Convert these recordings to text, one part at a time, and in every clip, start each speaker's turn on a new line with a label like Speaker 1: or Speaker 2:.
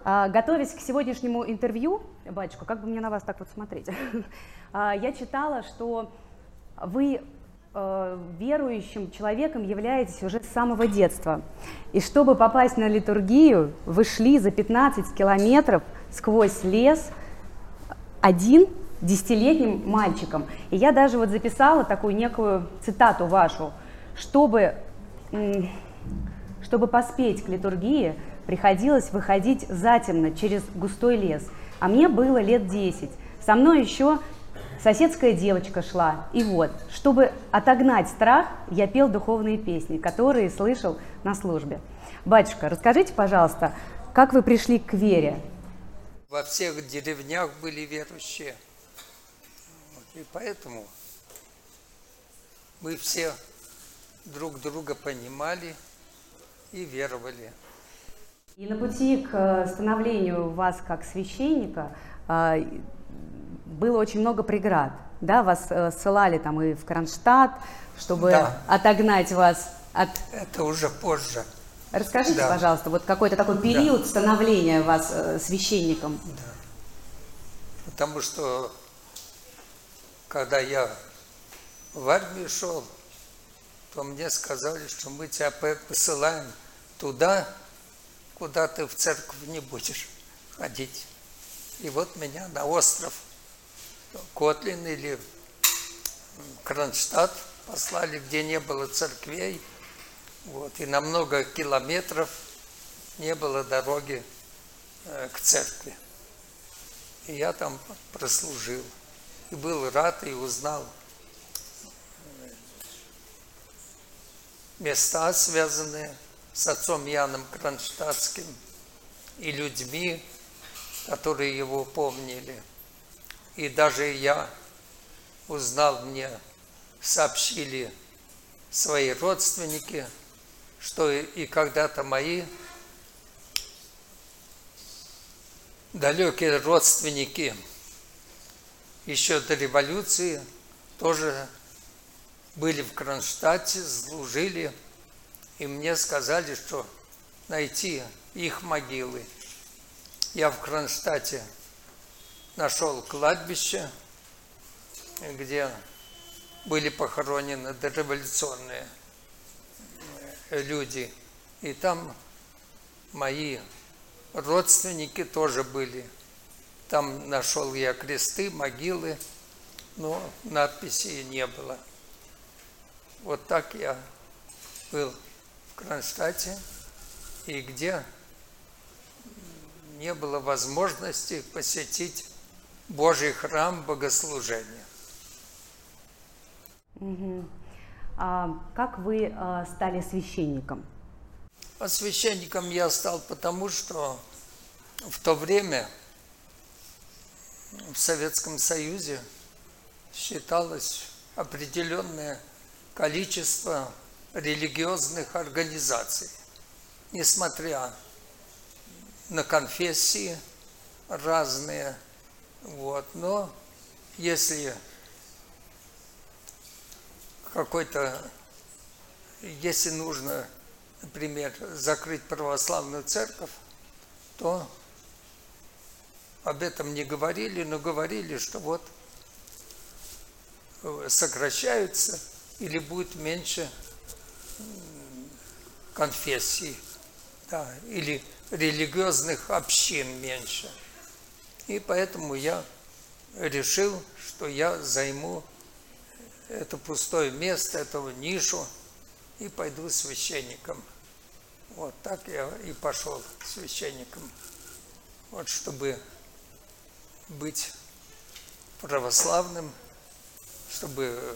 Speaker 1: Готовясь к сегодняшнему интервью, батюшка, как бы мне на вас так вот смотреть, я читала, что вы верующим человеком являетесь уже с самого детства. И чтобы попасть на литургию, вы шли за 15 километров сквозь лес один 10-летним мальчиком. И я даже вот записала такую некую цитату вашу, чтобы поспеть к литургии, приходилось выходить затемно через густой лес. А мне было лет 10. Со мной еще соседская девочка шла. И вот, чтобы отогнать страх, я пел духовные песни, которые слышал на службе. Батюшка, расскажите, пожалуйста, как вы пришли к вере?
Speaker 2: Во всех деревнях были верующие. И поэтому мы все друг друга понимали и веровали.
Speaker 1: И на пути к становлению вас как священника было очень много преград. Да? Вас ссылали там и в Кронштадт, чтобы отогнать вас от...
Speaker 2: Это уже позже.
Speaker 1: Расскажите, пожалуйста, вот какой-то такой период становления вас священником.
Speaker 2: Да. Потому что, когда я в армию шел, то мне сказали, что мы тебя посылаем туда, куда ты в церковь не будешь ходить. И вот меня на остров Котлин или Кронштадт послали, где не было церквей. Вот, и на много километров не было дороги к церкви. И я там прослужил. И был рад, и узнал места, связанные с отцом Яном Кронштадтским и людьми, которые его помнили. И даже я узнал, мне сообщили свои родственники, что и когда-то мои далекие родственники еще до революции тоже были в Кронштадте, служили, и мне сказали, что найти их могилы. Я в Кронштадте нашел кладбище, где были похоронены дореволюционные люди. И там мои родственники тоже были. Там нашел я кресты, могилы, но надписей не было. Вот так я был в Кронштадте, и где не было возможности посетить Божий храм, богослужения.
Speaker 1: Угу. А как вы стали священником?
Speaker 2: А священником я стал потому, что в то время в Советском Союзе считалось определенное количество религиозных организаций, несмотря на конфессии разные. Вот. Но если нужно, например, закрыть православную церковь, то об этом не говорили, но говорили, что вот сокращаются или будет меньше конфессий, да, или религиозных общин меньше. И поэтому я решил, что я займу это пустое место, эту нишу, и пойду священником. Вот так я и пошел священником. Вот чтобы быть православным, чтобы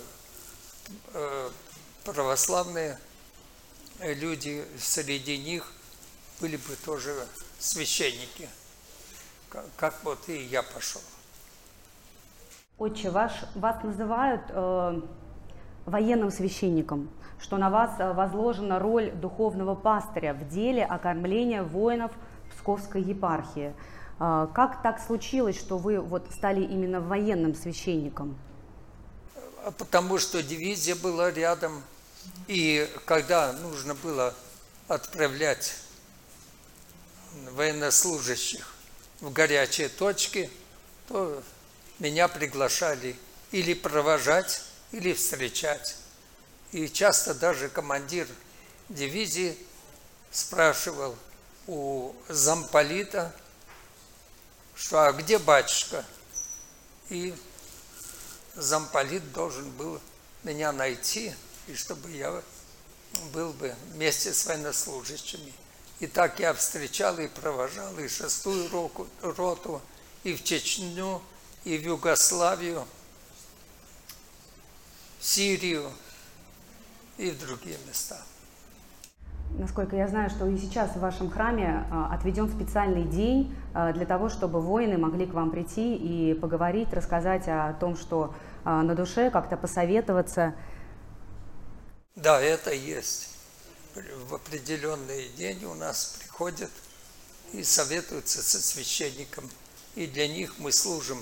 Speaker 2: православные люди, среди них были бы тоже священники, как вот и я пошел.
Speaker 1: Отче, вас называют военным священником, что на вас возложена роль духовного пастыря в деле окормления воинов Псковской епархии. Как так случилось, что вы вот стали именно военным священником?
Speaker 2: Потому что дивизия была рядом, и когда нужно было отправлять военнослужащих в горячие точки, то меня приглашали или провожать, или встречать. И часто даже командир дивизии спрашивал у замполита, что «а где батюшка?» И замполит должен был меня найти, и чтобы я был бы вместе с военнослужащими. И так я встречал и провожал и 6-ю роту, и в Чечню, и в Югославию, в Сирию и в другие места.
Speaker 1: Насколько я знаю, что и сейчас в вашем храме отведен специальный день для того, чтобы воины могли к вам прийти и поговорить, рассказать о том, что на душе, как-то посоветоваться.
Speaker 2: Да, это есть. В определенный день у нас приходят и советуются со священником. И для них мы служим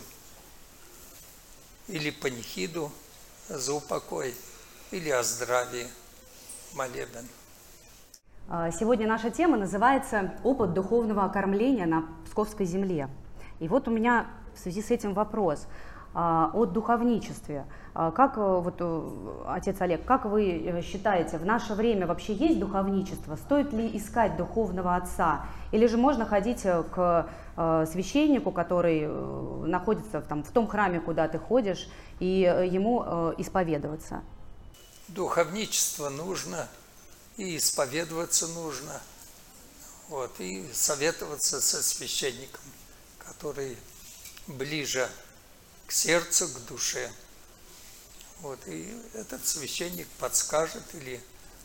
Speaker 2: или панихиду за упокой, или о здравии молебен.
Speaker 1: Сегодня наша тема называется «Опыт духовного окормления на Псковской земле». И вот у меня в связи с этим вопрос о духовничестве. Как, вот, отец Олег, как вы считаете, в наше время вообще есть духовничество? Стоит ли искать духовного отца? Или же можно ходить к священнику, который находится в том храме, куда ты ходишь, и ему исповедоваться?
Speaker 2: Духовничество нужно, и исповедоваться нужно, вот, и советоваться со священником, который ближе к сердцу, к душе. Вот, и этот священник подскажет или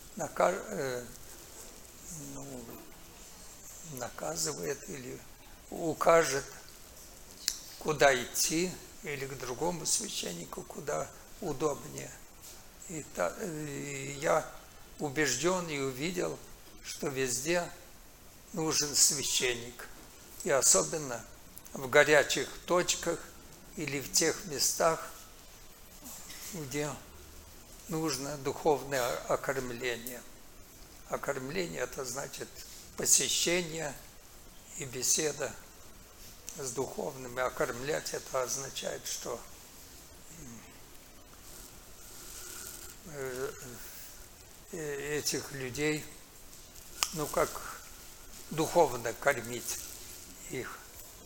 Speaker 2: наказывает, или укажет, куда идти, или к другому священнику, куда удобнее. И я убежден и увидел, что везде нужен священник. И особенно в горячих точках или в тех местах, где нужно духовное окормление. Окормление – это значит посещение и беседа с духовными. Окормлять – это означает, что этих людей, как духовно кормить их.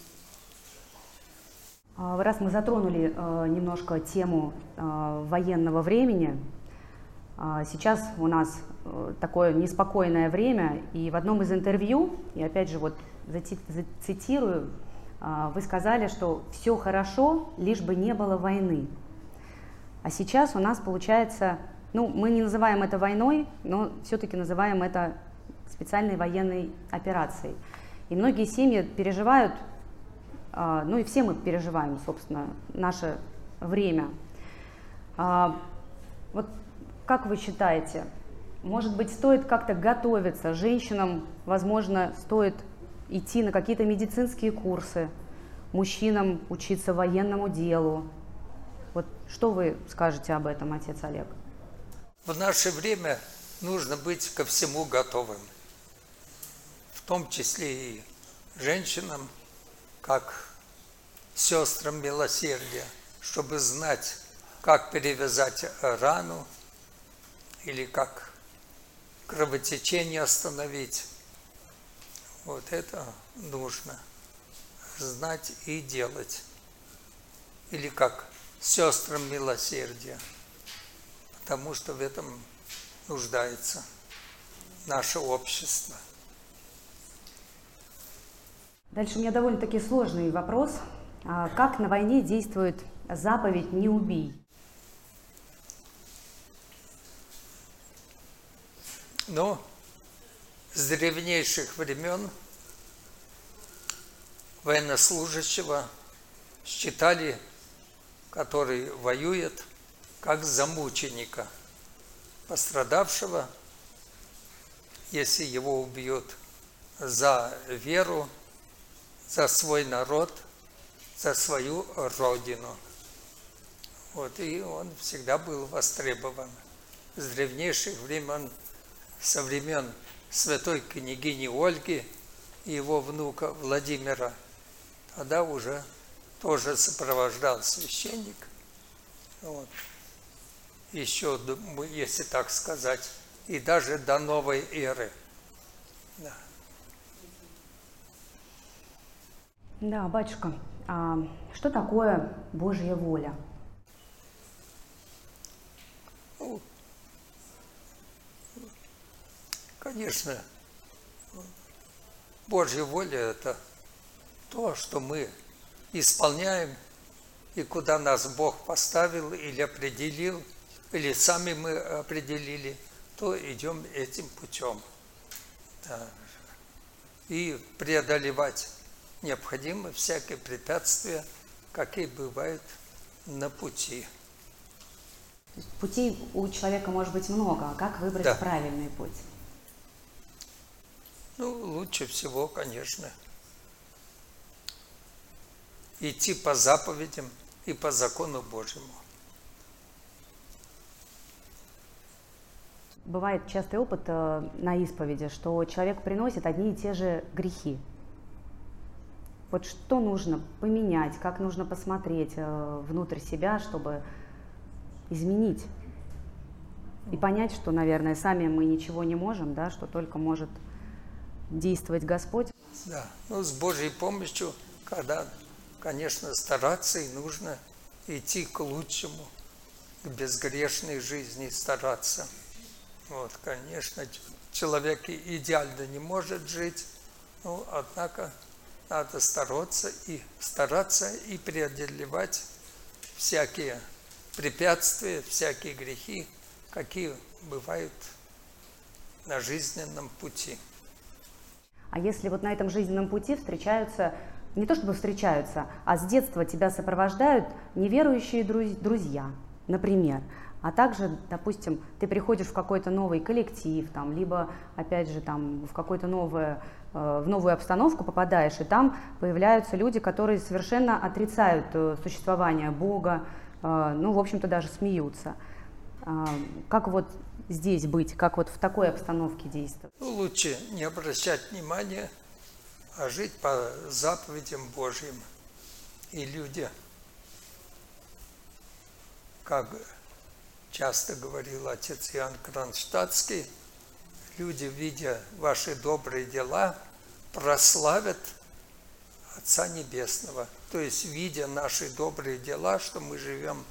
Speaker 1: Раз мы затронули немножко тему военного времени, сейчас у нас такое неспокойное время, и в одном из интервью, и опять же вот зацитирую, вы сказали, что все хорошо, лишь бы не было войны. А сейчас у нас получается, мы не называем это войной, но все-таки называем это специальной военной операцией. И многие семьи переживают, и все мы переживаем, собственно, наше время. Вот как вы считаете, может быть, стоит как-то готовиться? Женщинам, возможно, стоит идти на какие-то медицинские курсы, мужчинам учиться военному делу. Вот что вы скажете об этом, отец Олег?
Speaker 2: В наше время нужно быть ко всему готовым, в том числе и женщинам, как сестрам милосердия, чтобы знать, как перевязать рану или как кровотечение остановить. Вот это нужно знать и делать. Или как сестрам милосердия, потому что в этом нуждается наше общество.
Speaker 1: Дальше у меня довольно-таки сложный вопрос. Как на войне действует заповедь «не убий»?
Speaker 2: С древнейших времен военнослужащего считали, который воюет, как за мученика, пострадавшего, если его убьют за веру, за свой народ, за свою родину. Вот, и он всегда был востребован. С древнейших времен, со времен святой княгини Ольги и его внука Владимира, тогда уже тоже сопровождал священник. Вот. Еще, если так сказать, и даже до новой эры. Да.
Speaker 1: Да, батюшка, а что такое Божья воля?
Speaker 2: Ну, конечно, Божья воля – это то, что мы исполняем, и куда нас Бог поставил или определил, или сами мы определили, то идем этим путем. Да. И преодолевать необходимо всякие препятствия, какие бывают на пути.
Speaker 1: Путей у человека может быть много, а как выбрать правильный путь?
Speaker 2: Ну, лучше всего, конечно, идти по заповедям и по закону Божьему.
Speaker 1: Бывает частый опыт на исповеди, что человек приносит одни и те же грехи. Вот что нужно поменять, как нужно посмотреть внутрь себя, чтобы изменить и понять, что, наверное, сами мы ничего не можем, да, что только может действовать Господь.
Speaker 2: Да, ну с Божьей помощью, когда, конечно, стараться и нужно идти к лучшему, к безгрешной жизни стараться. Вот, конечно, человек идеально не может жить, но, однако, надо стараться и преодолевать всякие препятствия, всякие грехи, какие бывают на жизненном пути.
Speaker 1: А если вот на этом жизненном пути встречаются, не то чтобы встречаются, а с детства тебя сопровождают неверующие друзья, например, а также, допустим, ты приходишь в какой-то новый коллектив, там, либо, опять же, там, в какую-то новую обстановку попадаешь, и там появляются люди, которые совершенно отрицают существование Бога, ну, в общем-то, даже смеются. Как вот здесь быть, как вот в такой обстановке действовать?
Speaker 2: Ну, лучше не обращать внимания, а жить по заповедям Божьим. И люди, как часто говорил отец Иоанн Кронштадтский, люди, видя ваши добрые дела, прославят Отца Небесного. То есть, видя наши добрые дела, что мы живем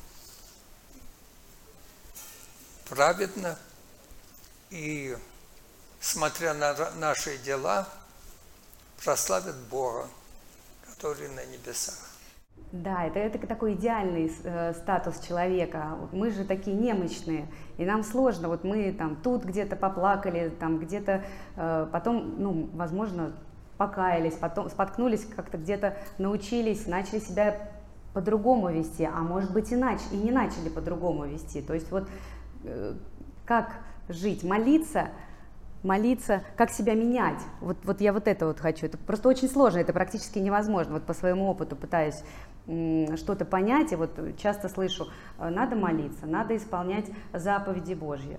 Speaker 2: праведно, и, смотря на наши дела, прославят Бога, который на небесах.
Speaker 1: Да, это такой идеальный статус человека. Мы же такие немощные, и нам сложно. Вот мы там тут где-то поплакали, там где-то потом, ну, возможно, покаялись, потом споткнулись, как-то где-то научились, начали себя по-другому вести, а может быть иначе, и не начали по-другому вести. То есть вот как жить, молиться, как себя менять. Вот я вот это вот хочу. Это просто очень сложно, это практически невозможно. Вот по своему опыту пытаюсь что-то понять, и вот часто слышу, надо молиться, надо исполнять заповеди Божьи.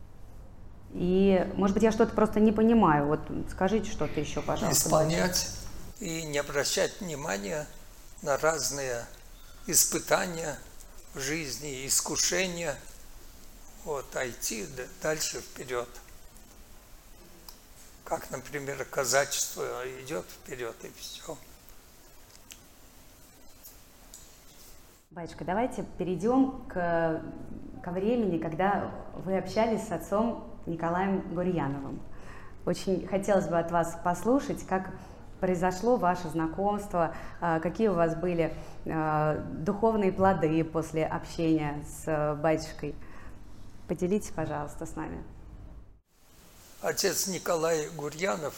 Speaker 1: И, может быть, я что-то просто не понимаю. Вот скажите что-то еще, пожалуйста.
Speaker 2: Исполнять и не обращать внимания на разные испытания в жизни, искушения, вот, а идти дальше вперед. Как, например, казачество идет вперед, и все.
Speaker 1: Батюшка, давайте перейдем ко времени, когда вы общались с отцом Николаем Гурьяновым. Очень хотелось бы от вас послушать, как произошло ваше знакомство, какие у вас были духовные плоды после общения с батюшкой. Поделитесь, пожалуйста, с нами.
Speaker 2: Отец Николай Гурьянов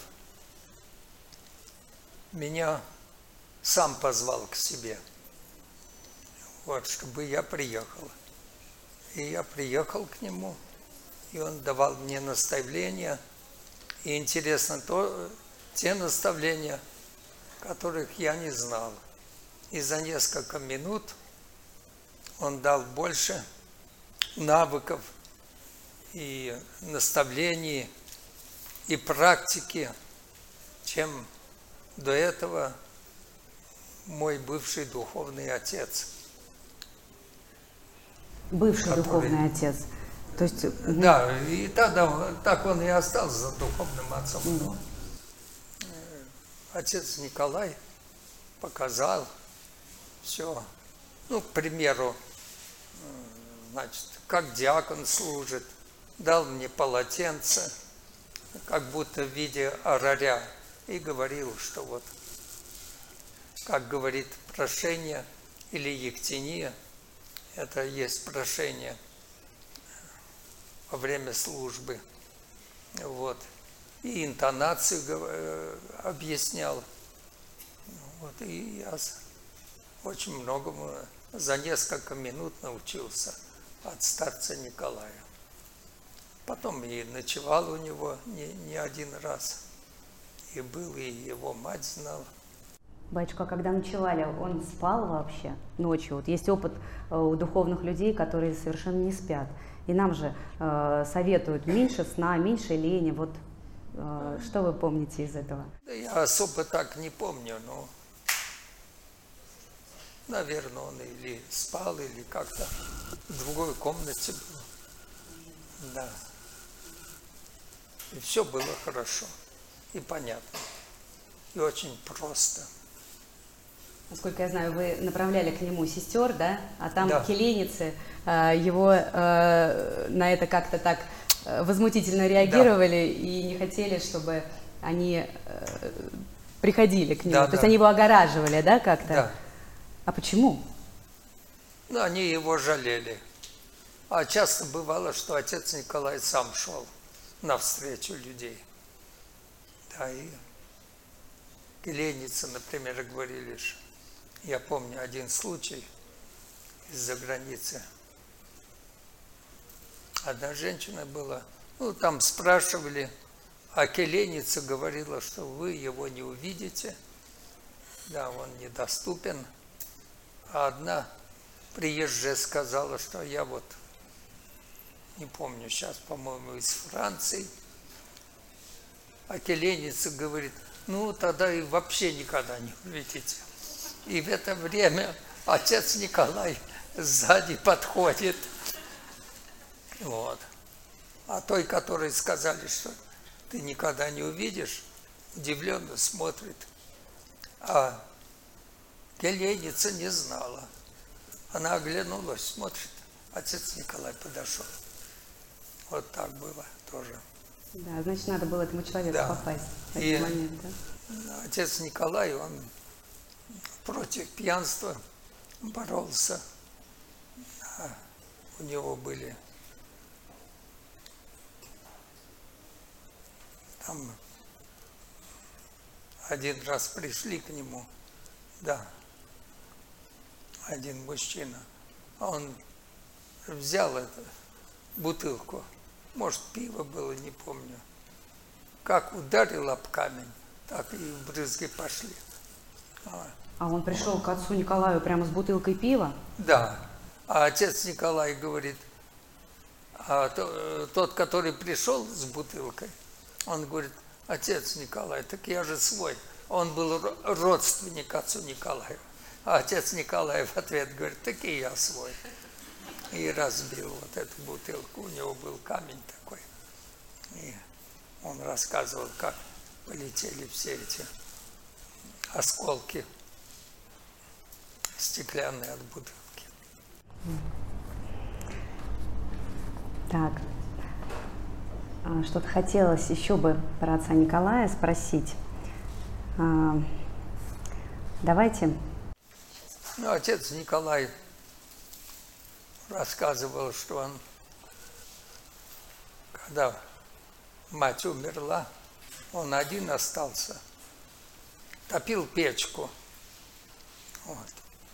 Speaker 2: меня сам позвал к себе, вот, чтобы я приехал. И я приехал к нему, и он давал мне наставления. И интересно, те наставления, которых я не знал. И за несколько минут он дал больше навыков и наставлений, и практики, чем до этого мой бывший духовный отец.
Speaker 1: Бывший духовный отец. То есть...
Speaker 2: Да, и тогда так он и остался духовным отцом. Но отец Николай показал все. Ну, к примеру, значит, как диакон служит, дал мне полотенце, как будто в виде ораря, и говорил, что вот, как говорит прошение или ектения, это есть прошение во время службы. Вот. И интонацию объяснял. Вот. И я очень многому за несколько минут научился от старца Николая. Потом и ночевал у него не один раз. И был, и его мать знала.
Speaker 1: Батюшка, когда ночевали, он спал вообще ночью? Вот есть опыт у духовных людей, которые совершенно не спят. И нам же советуют меньше сна, меньше лени. Вот что вы помните из этого?
Speaker 2: Да я особо так не помню, но, наверное, он или спал, или как-то в другой комнате был. Да. И все было хорошо и понятно, и очень просто.
Speaker 1: Насколько я знаю, вы направляли к нему сестер, да? А там
Speaker 2: да.
Speaker 1: келейницы его на это как-то так возмутительно реагировали, да, и не хотели, чтобы они приходили к нему.
Speaker 2: Да,
Speaker 1: то есть они его огораживали, да, как-то?
Speaker 2: Да.
Speaker 1: А почему?
Speaker 2: Ну, они его жалели. А часто бывало, что отец Николай сам шел навстречу людей. Да, и келейницы, например, говорили, что я помню один случай из-за границы. Одна женщина была, ну, там спрашивали, а келейница говорила, что вы его не увидите, да, он недоступен. А одна приезжая сказала, что я вот, не помню сейчас, по-моему, из Франции. А келейница говорит, ну, тогда и вообще никогда не увидите. И в это время отец Николай сзади подходит. Вот. А той, которой сказали, что ты никогда не увидишь, удивленно смотрит. А келейница не знала. Она оглянулась, смотрит, отец Николай подошел. Вот так было тоже.
Speaker 1: Да, значит, надо было этому человеку попасть в этот момент, да?
Speaker 2: Отец Николай, он против пьянства боролся. Да, у него были там один раз пришли к нему, да, один мужчина, а он взял эту бутылку, может, пиво было, не помню, как ударил об камень, так и брызги пошли.
Speaker 1: А он пришел к отцу Николаю прямо с бутылкой пива?
Speaker 2: Да. А отец Николай говорит, а тот, который пришел с бутылкой, он говорит, отец Николай, так я же свой. Он был родственник отцу Николаю. А отец Николай в ответ говорит, так и я свой. И разбил вот эту бутылку. У него был камень такой. И он рассказывал, как полетели все эти осколки стеклянные от бутылки.
Speaker 1: Так, что-то хотелось еще бы про отца Николая спросить. Давайте.
Speaker 2: Ну, отец Николай рассказывал, что он, когда мать умерла, он один остался, топил печку, вот,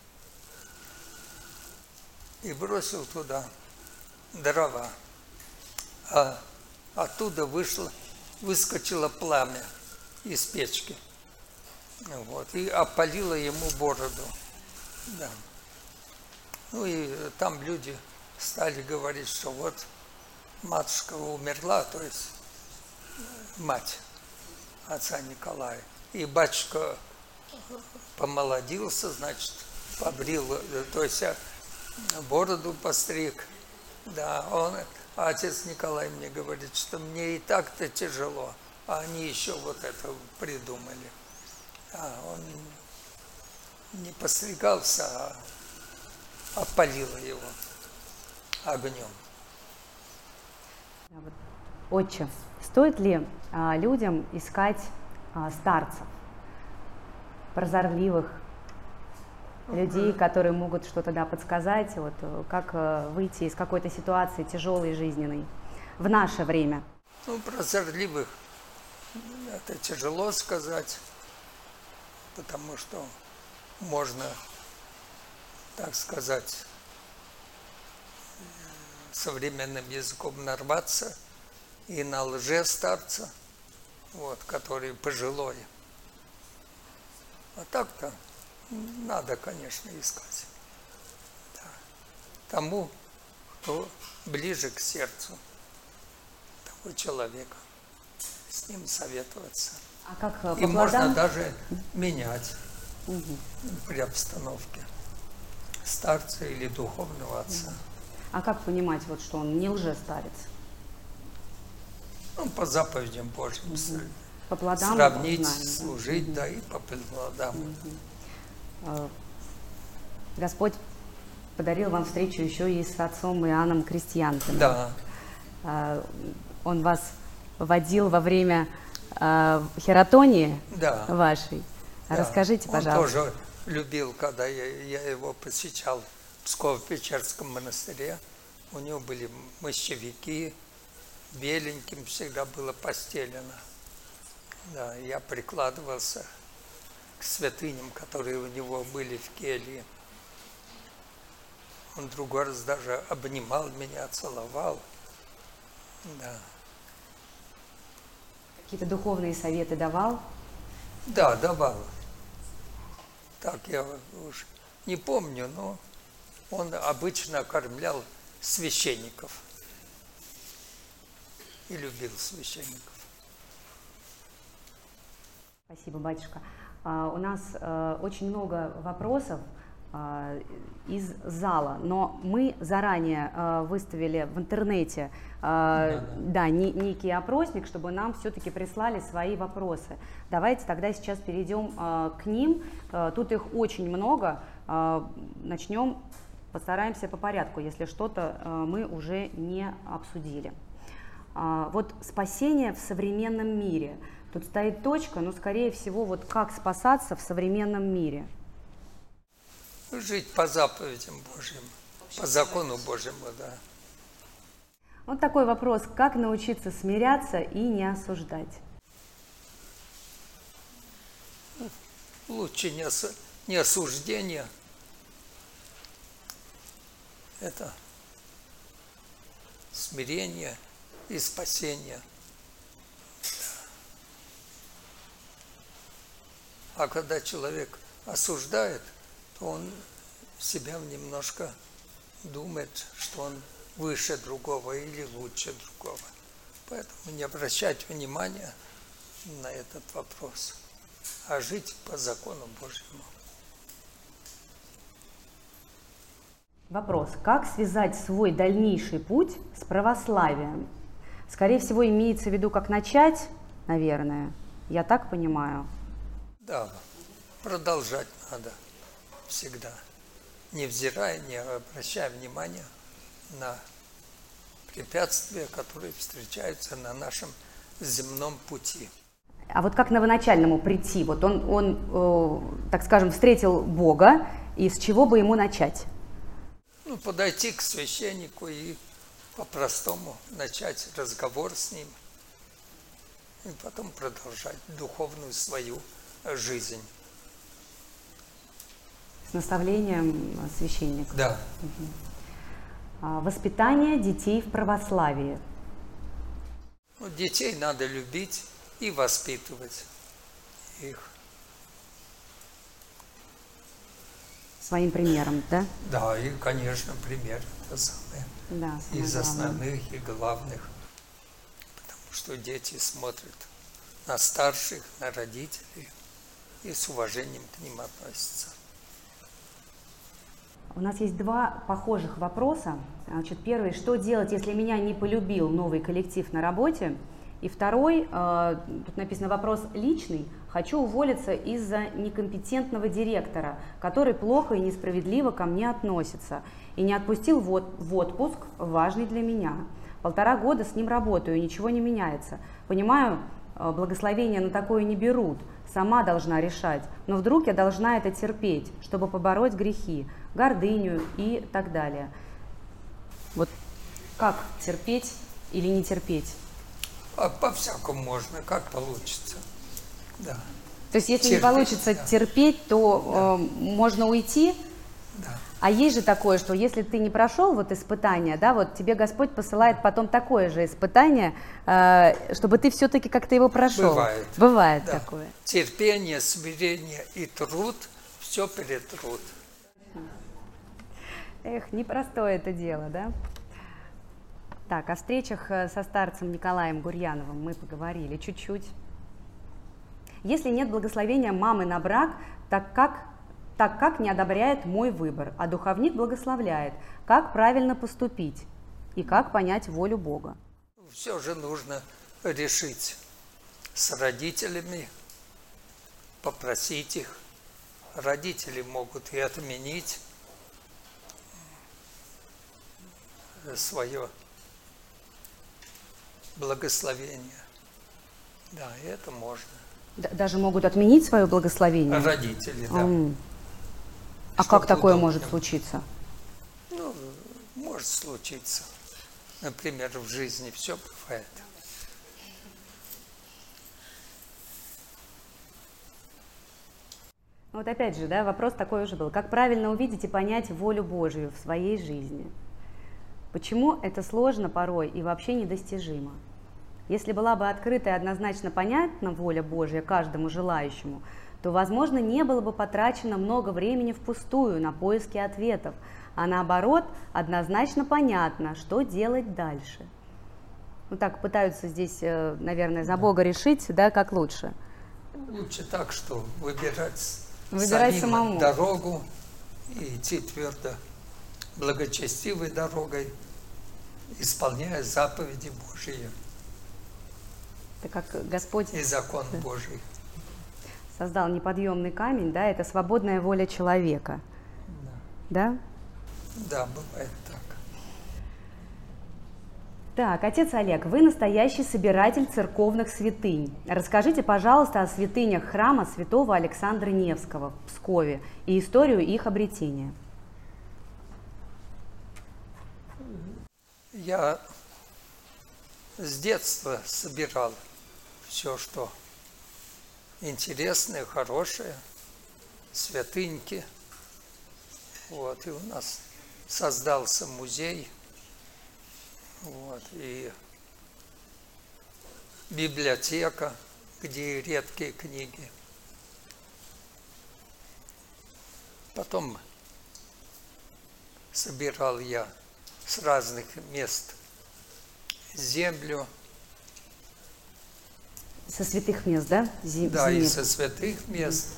Speaker 2: и бросил туда дрова, а оттуда выскочило пламя из печки, вот, и опалило ему бороду. Да. Ну и там люди стали говорить, что вот матушка умерла, то есть мать отца Николая, И батюшка помолодился, значит, побрил, то есть бороду постриг. Да, отец Николай мне говорит, что мне и так-то тяжело, а они еще вот это придумали. Он не постригался, а опалило его огнем.
Speaker 1: Отче, стоит ли людям искать старцев, прозорливых людей, которые могут что-то подсказать, вот, как выйти из какой-то ситуации тяжелой жизненной в наше время?
Speaker 2: Ну, прозорливых это тяжело сказать, потому что можно, так сказать, современным языком нарваться и на лжестарца, вот, который пожилой. А так-то надо, конечно, искать. Да. Тому, кто ближе к сердцу того человека, с ним советоваться.
Speaker 1: А как по
Speaker 2: И можно
Speaker 1: плодам?
Speaker 2: даже менять при обстановке старца или духовного отца.
Speaker 1: А как понимать, вот, что он не лжестарец?
Speaker 2: Ну, по заповедям Божьим.
Speaker 1: По плодам
Speaker 2: Сравнить,
Speaker 1: знаем, да?
Speaker 2: служить, да, и по плодам.
Speaker 1: Господь подарил вам встречу еще и с отцом Иоанном Крестьянкиным.
Speaker 2: Да.
Speaker 1: Он вас водил во время хератонии
Speaker 2: Да.
Speaker 1: вашей.
Speaker 2: Да.
Speaker 1: Расскажите, пожалуйста.
Speaker 2: Он тоже любил, когда я его посещал в Псково-Печерском монастыре. У него были мощевики, беленьким всегда было постелено. Да, я прикладывался к святыням, которые у него были в келье. Он другой раз даже обнимал меня, целовал. Да.
Speaker 1: Какие-то духовные советы давал?
Speaker 2: Да, давал. Так я уж не помню, но он обычно кормлял священников и любил священников.
Speaker 1: Спасибо, батюшка. У нас очень много вопросов из зала, но мы заранее выставили в интернете некий опросник, чтобы нам все-таки прислали свои вопросы. Давайте тогда сейчас перейдем к ним. Тут их очень много. Начнем, постараемся по порядку, если что-то мы уже не обсудили. Вот спасение в современном мире. Тут стоит точка, но, скорее всего, вот как спасаться в современном мире?
Speaker 2: Жить по заповедям Божьим, по закону Божьему, да.
Speaker 1: Вот такой вопрос. Как научиться смиряться и не осуждать?
Speaker 2: Лучше не осуждение. Это смирение и спасение. А когда человек осуждает, то он себя немножко думает, что он выше другого или лучше другого. Поэтому не обращать внимания на этот вопрос, а жить по закону Божьему.
Speaker 1: Вопрос. Как связать свой дальнейший путь с православием? Скорее всего, имеется в виду, как начать, наверное. Я так понимаю.
Speaker 2: Да, продолжать надо всегда, невзирая, не обращая внимания на препятствия, которые встречаются на нашем земном пути.
Speaker 1: А вот как новоначальному прийти? Вот он, так скажем, встретил Бога, и с чего бы ему начать?
Speaker 2: Ну, подойти к священнику и по-простому начать разговор с ним, и потом продолжать духовную свою жизнь.
Speaker 1: С наставлением священника?
Speaker 2: Да.
Speaker 1: Воспитание детей в православии.
Speaker 2: Ну, детей надо любить и воспитывать их.
Speaker 1: Своим примером, да?
Speaker 2: Да, и, конечно, пример это самое.
Speaker 1: Да,
Speaker 2: Из
Speaker 1: главное.
Speaker 2: основных и главных. Потому что дети смотрят на старших, на родителей. и с уважением к ним относятся.
Speaker 1: У нас есть два похожих вопроса. Значит, первый, что делать, если меня не полюбил новый коллектив на работе? И второй, тут написано вопрос личный, хочу уволиться из-за некомпетентного директора, который плохо и несправедливо ко мне относится и не отпустил в отпуск, важный для меня. 1,5 года с ним работаю, ничего не меняется. Понимаю, благословения на такое не берут, сама должна решать, но вдруг я должна это терпеть, чтобы побороть грехи, гордыню и так далее. Вот как терпеть или не терпеть?
Speaker 2: По-всякому можно, как получится. Да.
Speaker 1: То есть если
Speaker 2: терпеть,
Speaker 1: не получится
Speaker 2: да.
Speaker 1: терпеть, то можно уйти?
Speaker 2: Да.
Speaker 1: А есть же такое, что если ты не прошел вот испытание, да, вот тебе Господь посылает потом такое же испытание, чтобы ты все-таки как-то его прошел.
Speaker 2: Бывает.
Speaker 1: Бывает
Speaker 2: Да.
Speaker 1: такое.
Speaker 2: Терпение, смирение и труд – все перетрут.
Speaker 1: Эх, непростое это дело, да? Так, о встречах со старцем Николаем Гурьяновым мы поговорили чуть-чуть. Если нет благословения мамы на брак, так как не одобряет мой выбор, а духовник благословляет, как правильно поступить и как понять волю Бога?
Speaker 2: Все же нужно решить с родителями, попросить их. Родители могут и отменить свое благословение. Да, и это можно.
Speaker 1: Даже могут отменить свое благословение?
Speaker 2: Родители, да.
Speaker 1: А как такое
Speaker 2: удобно.
Speaker 1: может случиться?
Speaker 2: Ну, может случиться. Например, в жизни все бывает.
Speaker 1: Вот опять же, да, вопрос такой уже был. Как правильно увидеть и понять волю Божию в своей жизни? Почему это сложно порой и вообще недостижимо? Если была бы открыта и однозначно понятна воля Божья каждому желающему, то, возможно, не было бы потрачено много времени впустую на поиски ответов, а наоборот, однозначно понятно, что делать дальше. Ну так пытаются здесь, наверное, за Бога решить, да, как лучше.
Speaker 2: Лучше так, что выбирать
Speaker 1: самому
Speaker 2: дорогу и идти твердо, благочестивой дорогой, исполняя заповеди Божьи.
Speaker 1: Это как Господь
Speaker 2: И закон Божий.
Speaker 1: создал неподъемный камень, да, это свободная воля человека. Да?
Speaker 2: Да, бывает так.
Speaker 1: Так, отец Олег, вы настоящий собиратель церковных святынь. Расскажите, пожалуйста, о святынях храма святого Александра Невского в Пскове и историю их обретения.
Speaker 2: Я с детства собирал все, что интересное, хорошее, святыньки. Вот, и у нас создался музей, вот, и библиотека, где редкие книги. Потом собирал я с разных мест землю.
Speaker 1: Со святых мест, да?
Speaker 2: Да, и со святых мест.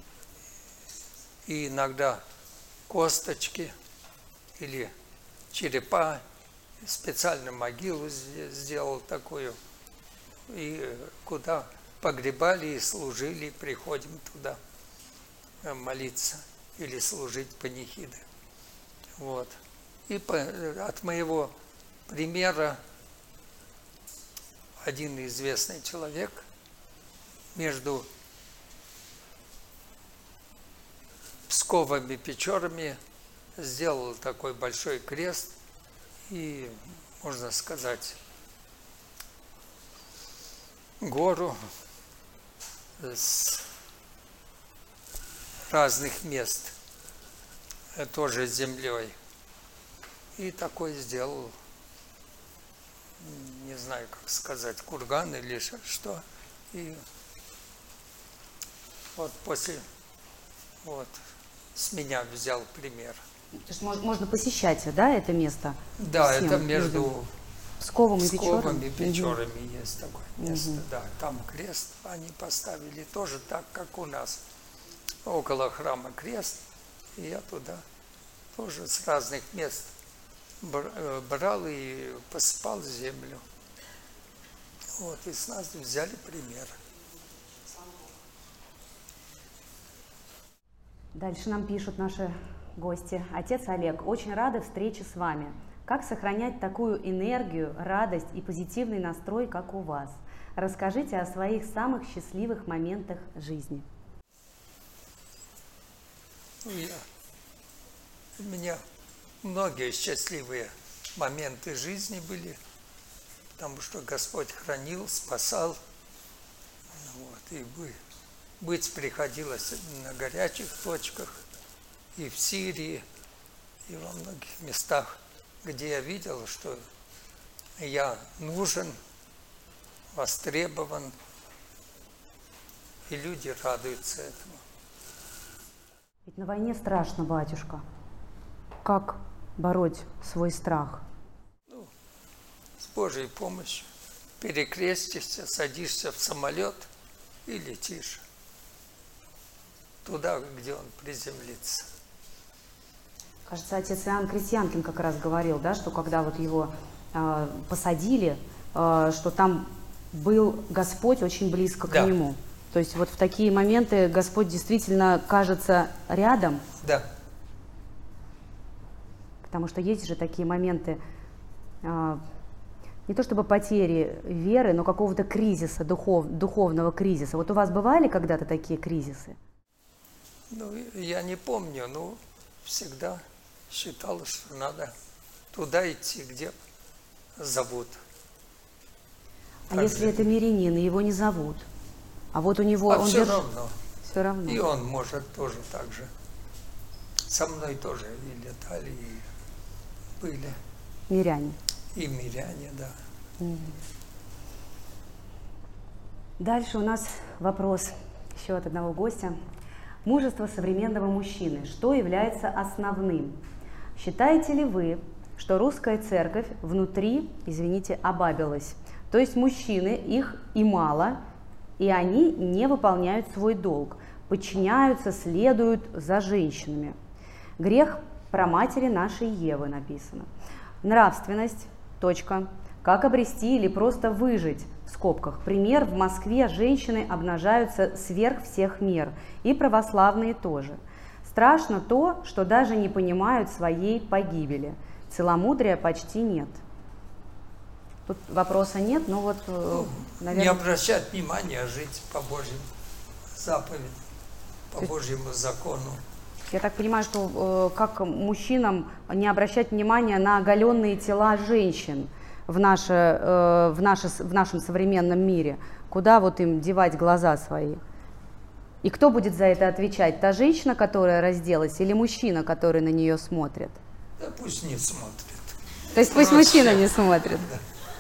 Speaker 2: И иногда косточки или черепа. Специально могилу сделал такую. И куда погребали и служили, приходим туда молиться или служить панихиды. Вот. И от моего примера один известный человек между Псковом и Печорами сделал такой большой крест и, можно сказать, гору с разных мест, тоже с землей. И такой сделал, не знаю, как сказать, курган или что. И вот после, вот, с меня взял пример.
Speaker 1: То есть можно посещать, да, это место?
Speaker 2: Да,
Speaker 1: всем
Speaker 2: это
Speaker 1: людям?
Speaker 2: между
Speaker 1: Псковом и
Speaker 2: С Псковом
Speaker 1: Печорами?
Speaker 2: и Печорами есть такое место, да. Там крест они поставили тоже так, как у нас. Около храма крест, и я туда тоже с разных мест брал и посыпал землю. Вот, и с нас взяли пример.
Speaker 1: Дальше нам пишут наши гости. Отец Олег, очень рада встрече с вами. Как сохранять такую энергию, радость и позитивный настрой, как у вас? Расскажите о своих самых счастливых моментах жизни.
Speaker 2: У меня многие счастливые моменты жизни были, потому что Господь хранил, спасал. Вот, и быть приходилось на горячих точках, и в Сирии, и во многих местах, где я видел, что я нужен, востребован, и люди радуются этому.
Speaker 1: Ведь на войне страшно, батюшка. Как бороть свой страх?
Speaker 2: Ну, с Божьей помощью перекрестишься, садишься в самолет и летишь туда, где он приземлится.
Speaker 1: Кажется, отец Иоанн Крестьянкин как раз говорил, да, что когда вот его посадили, что там был Господь очень близко к нему. То есть вот в такие моменты Господь действительно кажется рядом.
Speaker 2: Да.
Speaker 1: Потому что есть же такие моменты, не то чтобы потери веры, но какого-то кризиса, духовного кризиса. Вот у вас бывали когда-то такие кризисы?
Speaker 2: Ну, я не помню, но всегда считал, что надо туда идти, где зовут.
Speaker 1: А так если это мирянин, и его не зовут? А вот у него...
Speaker 2: он все равно.
Speaker 1: Все равно.
Speaker 2: И он может тоже так же. Со мной тоже и летали, и были.
Speaker 1: Миряне.
Speaker 2: И миряне, да.
Speaker 1: Дальше у нас вопрос еще от одного гостя. Мужество современного мужчины. Что является основным? Считаете ли вы, что русская церковь внутри, извините, обабилась? То есть мужчины, их и мало, и они не выполняют свой долг, подчиняются, следуют за женщинами. Грех про матери нашей Евы написано. Нравственность, точка. Как обрести или просто выжить, в скобках. Пример, в Москве женщины обнажаются сверх всех мер, и православные тоже. Страшно то, что даже не понимают своей погибели. Целомудрия почти нет. Тут вопроса нет, но вот, наверное...
Speaker 2: Не обращать внимания, жить по Божьим заповедям, по Божьему закону.
Speaker 1: Я так понимаю, что как мужчинам не обращать внимания на оголенные тела женщин в нашем современном мире? Куда вот им девать глаза свои? И кто будет за это отвечать? Та женщина, которая разделась, или мужчина, который на нее смотрит?
Speaker 2: Да пусть не смотрит.
Speaker 1: То есть пусть мужчина не смотрит.
Speaker 2: Да.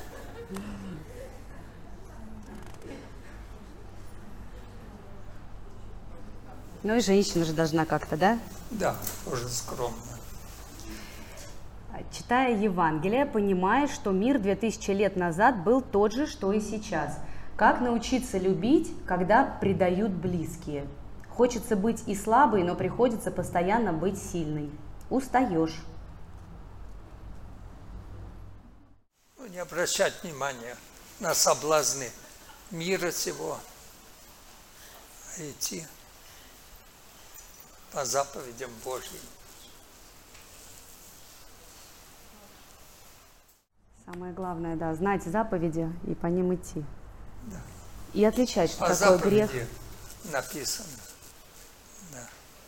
Speaker 1: Ну и женщина же должна как-то, да?
Speaker 2: Да, тоже скромно.
Speaker 1: Читая Евангелие, понимаешь, что мир 2000 лет назад был тот же, что и сейчас. Как научиться любить, когда предают близкие? Хочется быть и слабой, но приходится постоянно быть сильной. Устаешь.
Speaker 2: Ну, не обращать внимания на соблазны мира сего, а идти по заповедям Божьим.
Speaker 1: Самое главное, да, знать заповеди и по ним идти.
Speaker 2: Да.
Speaker 1: И отличать, что
Speaker 2: по
Speaker 1: такое грех.
Speaker 2: Написано. Да.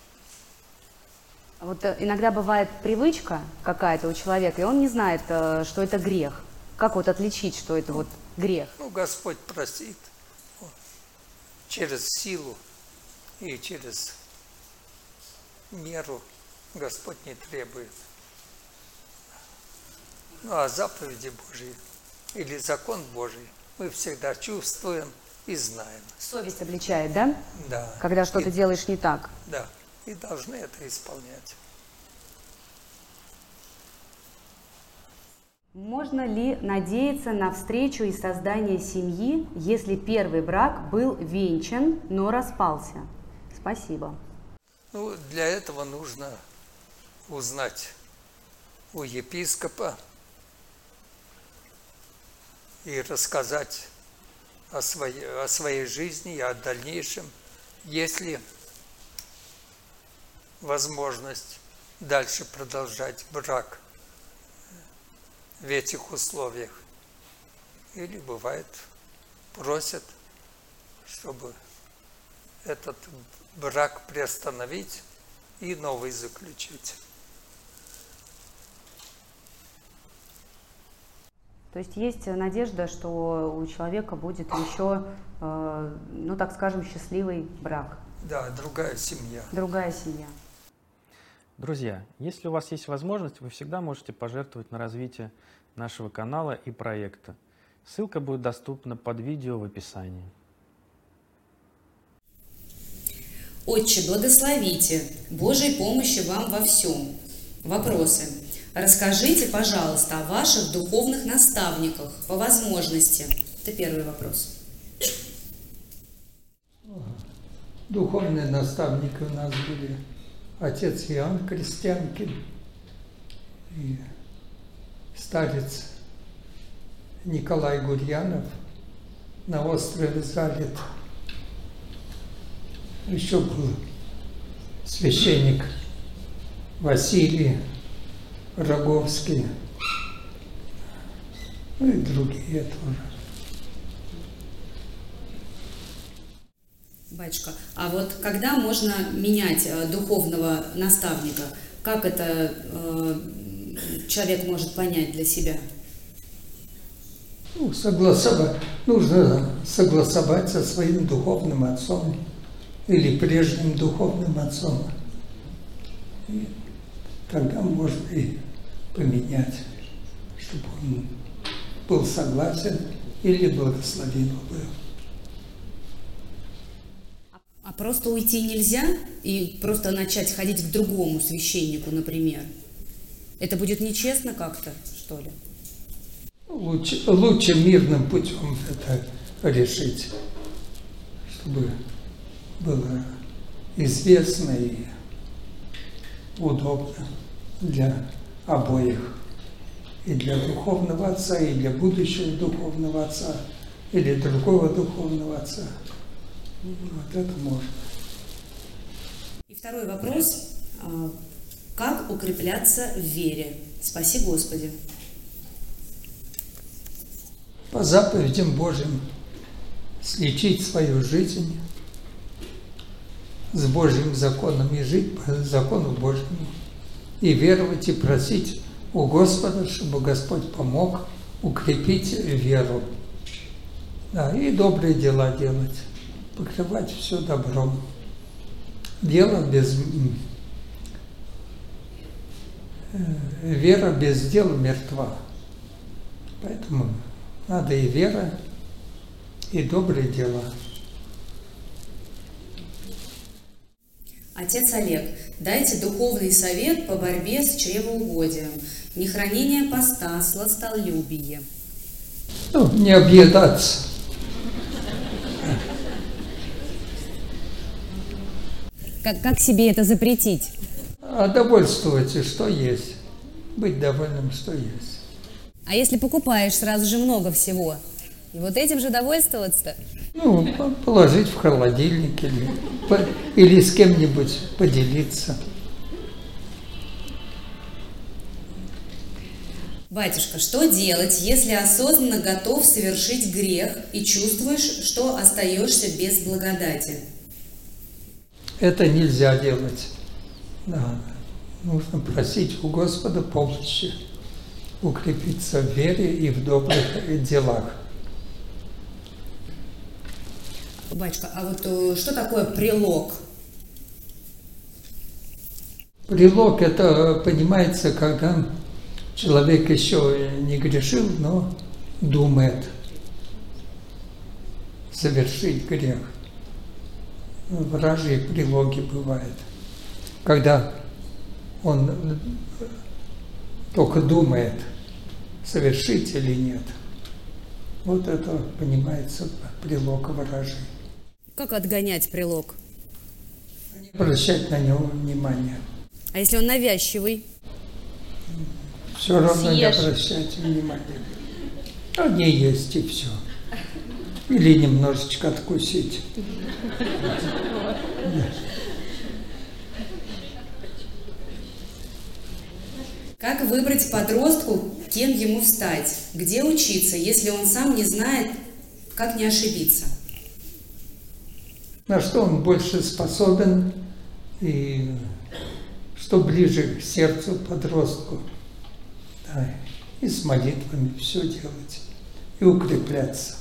Speaker 1: Вот иногда бывает привычка какая-то у человека, и он не знает, что это грех. Как вот отличить, что это вот грех?
Speaker 2: Ну, Господь простит через силу и через меру. Господь не требует. Ну, а заповеди Божьи или закон Божий мы всегда чувствуем и знаем.
Speaker 1: Совесть обличает, да?
Speaker 2: Да.
Speaker 1: Когда что-то делаешь не так.
Speaker 2: Да. И должны это исполнять.
Speaker 1: Можно ли надеяться на встречу и создание семьи, если первый брак был венчан, но распался? Спасибо.
Speaker 2: Ну, для этого нужно узнать у епископа и рассказать о своей жизни и о дальнейшем, есть ли возможность дальше продолжать брак в этих условиях. Или бывает, просят, чтобы этот брак приостановить и новый заключить.
Speaker 1: То есть есть надежда, что у человека будет еще, ну так скажем, счастливый брак.
Speaker 2: Да, другая семья.
Speaker 1: Другая семья.
Speaker 3: Друзья, если у вас есть возможность, вы всегда можете пожертвовать на развитие нашего канала и проекта. Ссылка будет доступна под видео в описании.
Speaker 4: Отче, благословите, Божьей помощи вам во всем. Вопросы. Расскажите, пожалуйста, о ваших духовных наставниках по возможности. Это первый вопрос.
Speaker 2: Духовные наставники у нас были отец Иоанн Крестьянкин и старец Николай Гурьянов на острове Залит. Еще был священник Василий Роговский, ну и другие тоже.
Speaker 4: Батюшка, а вот когда можно менять духовного наставника? Как это человек может понять для себя?
Speaker 2: Ну, нужно согласовать со своим духовным отцом или прежним духовным отцом. И тогда можно и поменять, чтобы он был согласен или благословен был.
Speaker 4: А просто уйти нельзя и просто начать ходить к другому священнику, например? Это будет нечестно как-то, что ли?
Speaker 2: Лучше мирным путем это решить, чтобы было известно и удобно для обоих. И для духовного отца, и для будущего духовного отца, или другого духовного отца. Вот это можно.
Speaker 4: И второй вопрос. Как укрепляться в вере? Спаси Господи.
Speaker 2: По заповедям Божьим сличить свою жизнь с Божьим законом и жить по закону Божьему. И веровать, и просить у Господа, чтобы Господь помог укрепить веру. Да, и добрые дела делать. Покрывать все добром. Вера без дела мертва. Поэтому надо и вера, и добрые дела.
Speaker 4: Отец Олег, дайте духовный совет по борьбе с чревоугодием, нехранение поста, сластолюбие.
Speaker 2: Ну, не объедаться.
Speaker 4: Как себе это запретить?
Speaker 2: А довольствоваться, что есть. Быть довольным, что есть.
Speaker 4: А если покупаешь сразу же много всего, и вот этим же довольствоваться?
Speaker 2: Ну, положить в холодильник или с кем-нибудь поделиться.
Speaker 4: Батюшка, что делать, если осознанно готов совершить грех и чувствуешь, что остаешься без благодати?
Speaker 2: Это нельзя делать. Да. Нужно просить у Господа помощи, укрепиться в вере и в добрых делах.
Speaker 4: Батюшка, а вот что такое прилог?
Speaker 2: Прилог – это понимается, когда человек еще не грешил, но думает совершить грех. Вражьи прилоги бывают. Когда он только думает
Speaker 5: совершить или нет. Вот это понимается прилог ворожей.
Speaker 4: Как отгонять прилог?
Speaker 5: Не обращать на него внимания.
Speaker 4: А если он навязчивый?
Speaker 5: Все равно не
Speaker 1: Съешь.
Speaker 5: обращать внимания. Они есть и все. Или немножечко откусить.
Speaker 4: Как выбрать подростку, кем ему стать? Где учиться, если он сам не знает, как не ошибиться?
Speaker 5: На что он больше способен и что ближе к сердцу подростку. Да, и с молитвами все делать, и укрепляться.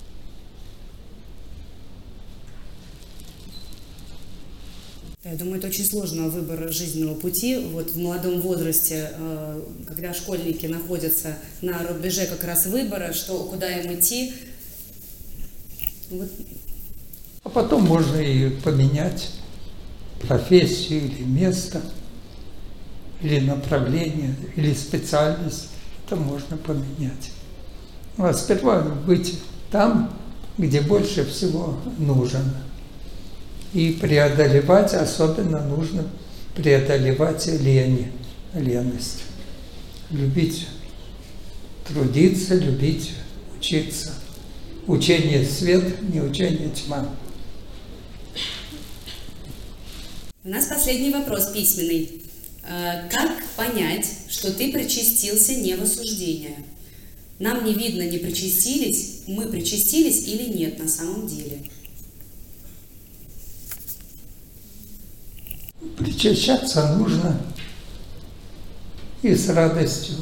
Speaker 4: Я думаю, это очень сложный выбор жизненного пути. Вот в молодом возрасте, когда школьники находятся на рубеже как раз выбора, куда им идти. Вот.
Speaker 5: А потом можно и поменять профессию или место, или направление, или специальность. Это можно поменять. Ну, а сперва быть там, где больше всего нужен. И преодолевать, особенно нужно преодолевать леность. Любить трудиться, любить учиться. Учение свет, не учение тьма.
Speaker 4: У нас последний вопрос письменный. Как понять, что ты причастился не в осуждение? Нам не видно, не причастились, мы причастились или нет на самом деле.
Speaker 5: Причащаться нужно и с радостью,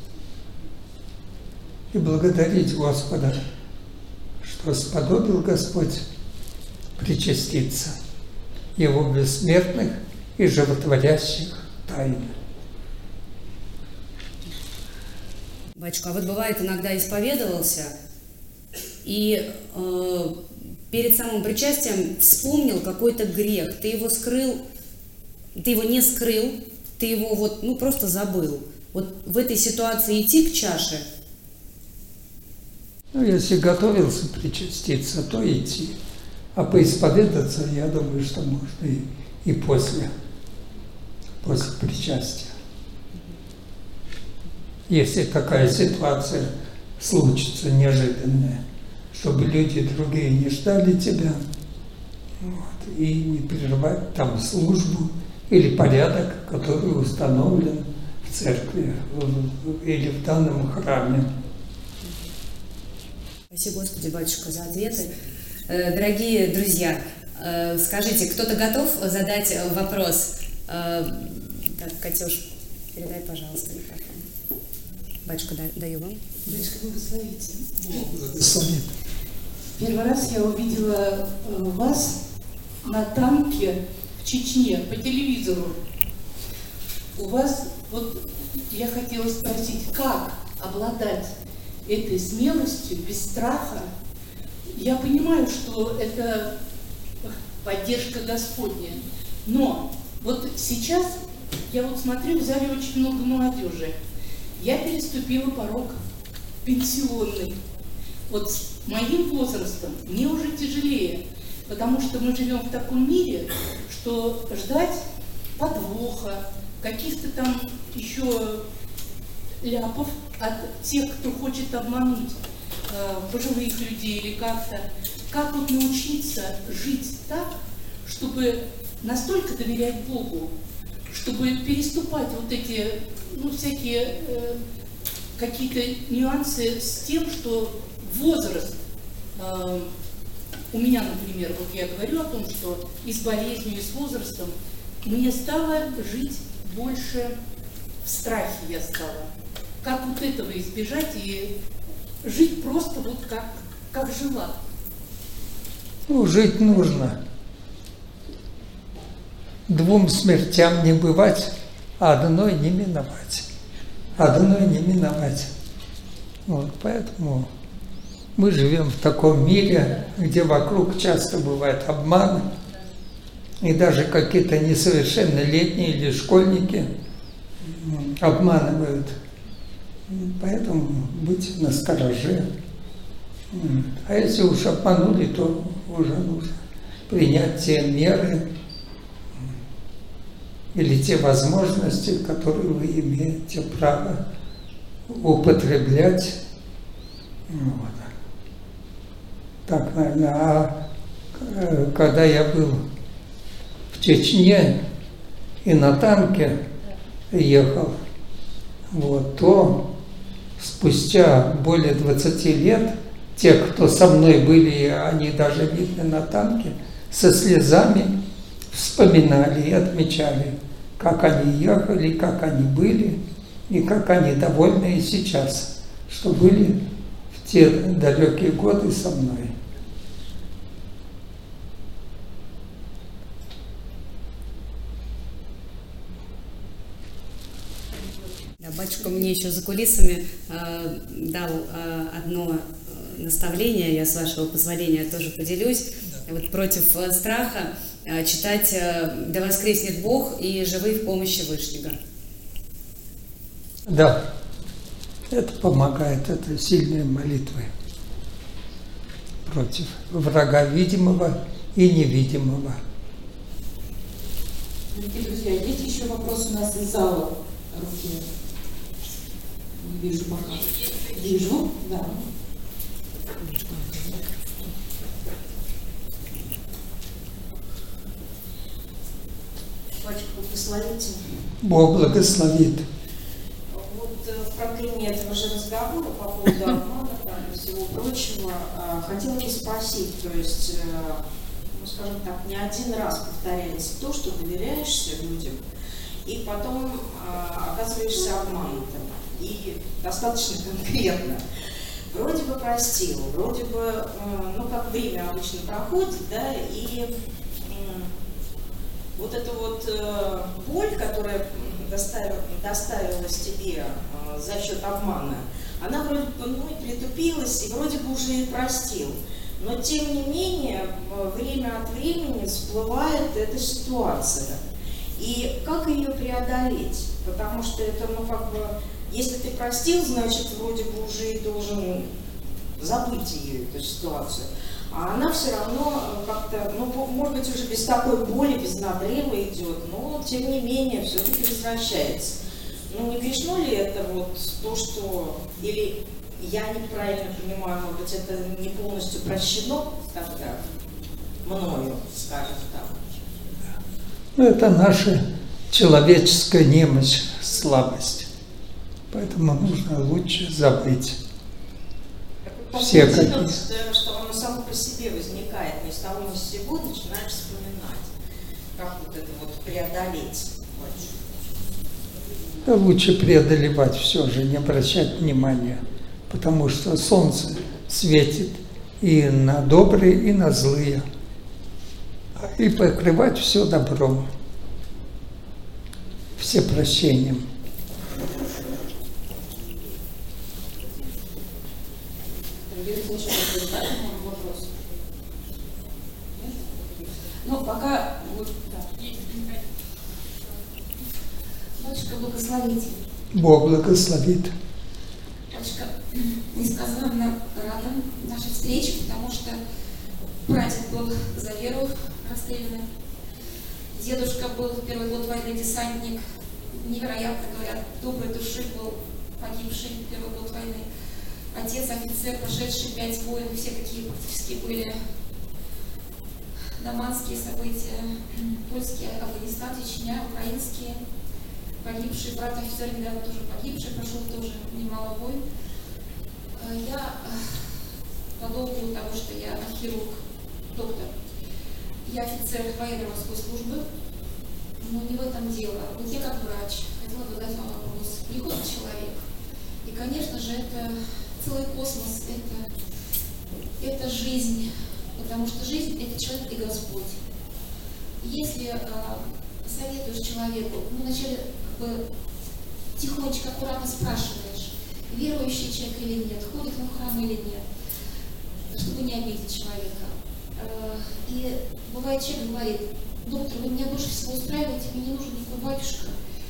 Speaker 5: и благодарить Господа, что сподобил Господь причаститься Его бессмертных и животворящих тайн.
Speaker 4: Батюшка, а вот бывает, иногда исповедовался, и перед самым причастием вспомнил какой-то грех, ты его скрыл, ты его не скрыл, ты его просто забыл. Вот в этой ситуации идти к чаше?
Speaker 5: Ну, если готовился причаститься, то идти. А поисповедаться, я думаю, что можно и после причастия. Если такая ситуация случится неожиданная, чтобы люди другие не ждали тебя, вот, и не прерывать там службу или порядок, который установлен в церкви или в данном храме.
Speaker 4: Спасибо, Господи, батюшка, за ответы. Дорогие друзья, скажите, кто-то готов задать вопрос? Так, Катюш, передай, пожалуйста, микрофон. Батюшка, даю вам.
Speaker 6: Батюшка, благословите.
Speaker 5: Благословит.
Speaker 6: Первый раз я увидела вас на танке в Чечне по телевизору. У вас, я хотела спросить, как обладать этой смелостью, без страха? Я понимаю, что это поддержка Господня, но вот сейчас я смотрю, в зале очень много молодежи. Я переступила порог пенсионный. Вот с моим возрастом мне уже тяжелее, потому что мы живем в таком мире, что ждать подвоха, каких-то там еще ляпов от тех, кто хочет обмануть пожилых людей или как-то. Как научиться жить так, чтобы настолько доверять Богу, чтобы переступать эти, всякие какие-то нюансы с тем, что возраст, у меня, например, я говорю о том, что и с болезнью, и с возрастом мне стало жить больше в страхе я стала. Как этого избежать и жить просто как жила?
Speaker 5: Жить нужно. Двум смертям не бывать, а одной не миновать. Одной не миновать. Поэтому мы живем в таком мире, где вокруг часто бывает обман, и даже какие-то несовершеннолетние или школьники обманывают Поэтому быть настороже. А если уж обманули, то уже нужно принять те меры или те возможности, которые вы имеете право употреблять. Вот. Так, наверное, а когда я был в Чечне и на танке ехал, вот, то спустя более 20 лет те, кто со мной были, они даже видны на танке, со слезами вспоминали и отмечали, как они ехали, как они были, и как они довольны и сейчас, что были в те далекие годы со мной.
Speaker 4: Да, батюшка мне еще за кулисами дал одно наставление, я с вашего позволения тоже поделюсь. Вот против страха читать «Да воскреснет Бог» и «Живы в помощи Вышнего».
Speaker 5: Да, это помогает, это сильные молитвы против врага видимого и невидимого.
Speaker 6: Дорогие друзья, есть еще вопрос у нас из зала? Руки. Не вижу пока. Вижу, да.
Speaker 7: Батюшка, благословите.
Speaker 5: Бог благословит.
Speaker 7: Вот в продлении этого же разговора по поводу обмана и всего прочего, хотела бы спросить, то есть, ну, скажем так, не один раз повторяется то, что доверяешься людям, и потом оказываешься обманутым. И достаточно конкретно. Вроде бы простил, вроде бы, ну, как время обычно проходит, да, и вот эта вот боль, которая доставилась тебе за счет обмана, она вроде бы, ну, и притупилась, и вроде бы уже и простил. Но, тем не менее, время от времени всплывает эта ситуация. И как ее преодолеть? Потому что это, ну, как бы, если ты простил, значит, вроде бы уже и должен забыть ее, эту ситуацию. А она все равно как-то, ну, может быть, уже без такой боли, без надрыва идет, но, тем не менее, все-таки возвращается. Ну, не грешно ли это вот то, что... Или я неправильно понимаю, может быть, это не полностью прощено тогда мною, скажем так?
Speaker 5: Ну, это наша человеческая немощь, слабость. Поэтому нужно лучше забыть. Все какие.
Speaker 7: Что оно само по себе возникает, ни с того ни с сего начинаешь вспоминать, как вот это вот преодолеть.
Speaker 5: Да лучше преодолевать все же, не обращать внимания, потому что солнце светит и на добрые, и на злые, и покрывать все добром, все прощением.
Speaker 6: Ну, пока... Вот, да.
Speaker 8: Батюшка, благословите.
Speaker 5: Бог благословит.
Speaker 8: Батюшка, несказанно рада нашей встрече, потому что прадед был за веру расстрелян. Дедушка был в первый год войны десантник, невероятно, говорят, доброй души был, погибший в первый год войны. Отец офицер, прошедший 5 войн, все какие практически были даманские события, польские, Афганистан, Чечня, украинские, погибший, брат офицер недавно тоже погибший, прошел тоже немало войн. Я по долгу того, что я хирург, доктор, я офицер военно-морской службы, но не в этом дело. Вот я как врач хотела бы задать вам вопрос. Приходит человек, и, конечно же, это целый космос, это жизнь, потому что жизнь – это человек и Господь. Если советуешь человеку, ну, вначале как бы тихонечко, аккуратно спрашиваешь, верующий человек или нет, ходит он в храм или нет, чтобы не обидеть человека. И бывает, человек говорит: доктор, вы меня больше всего устраиваете, мне не нужен никакой батюшка,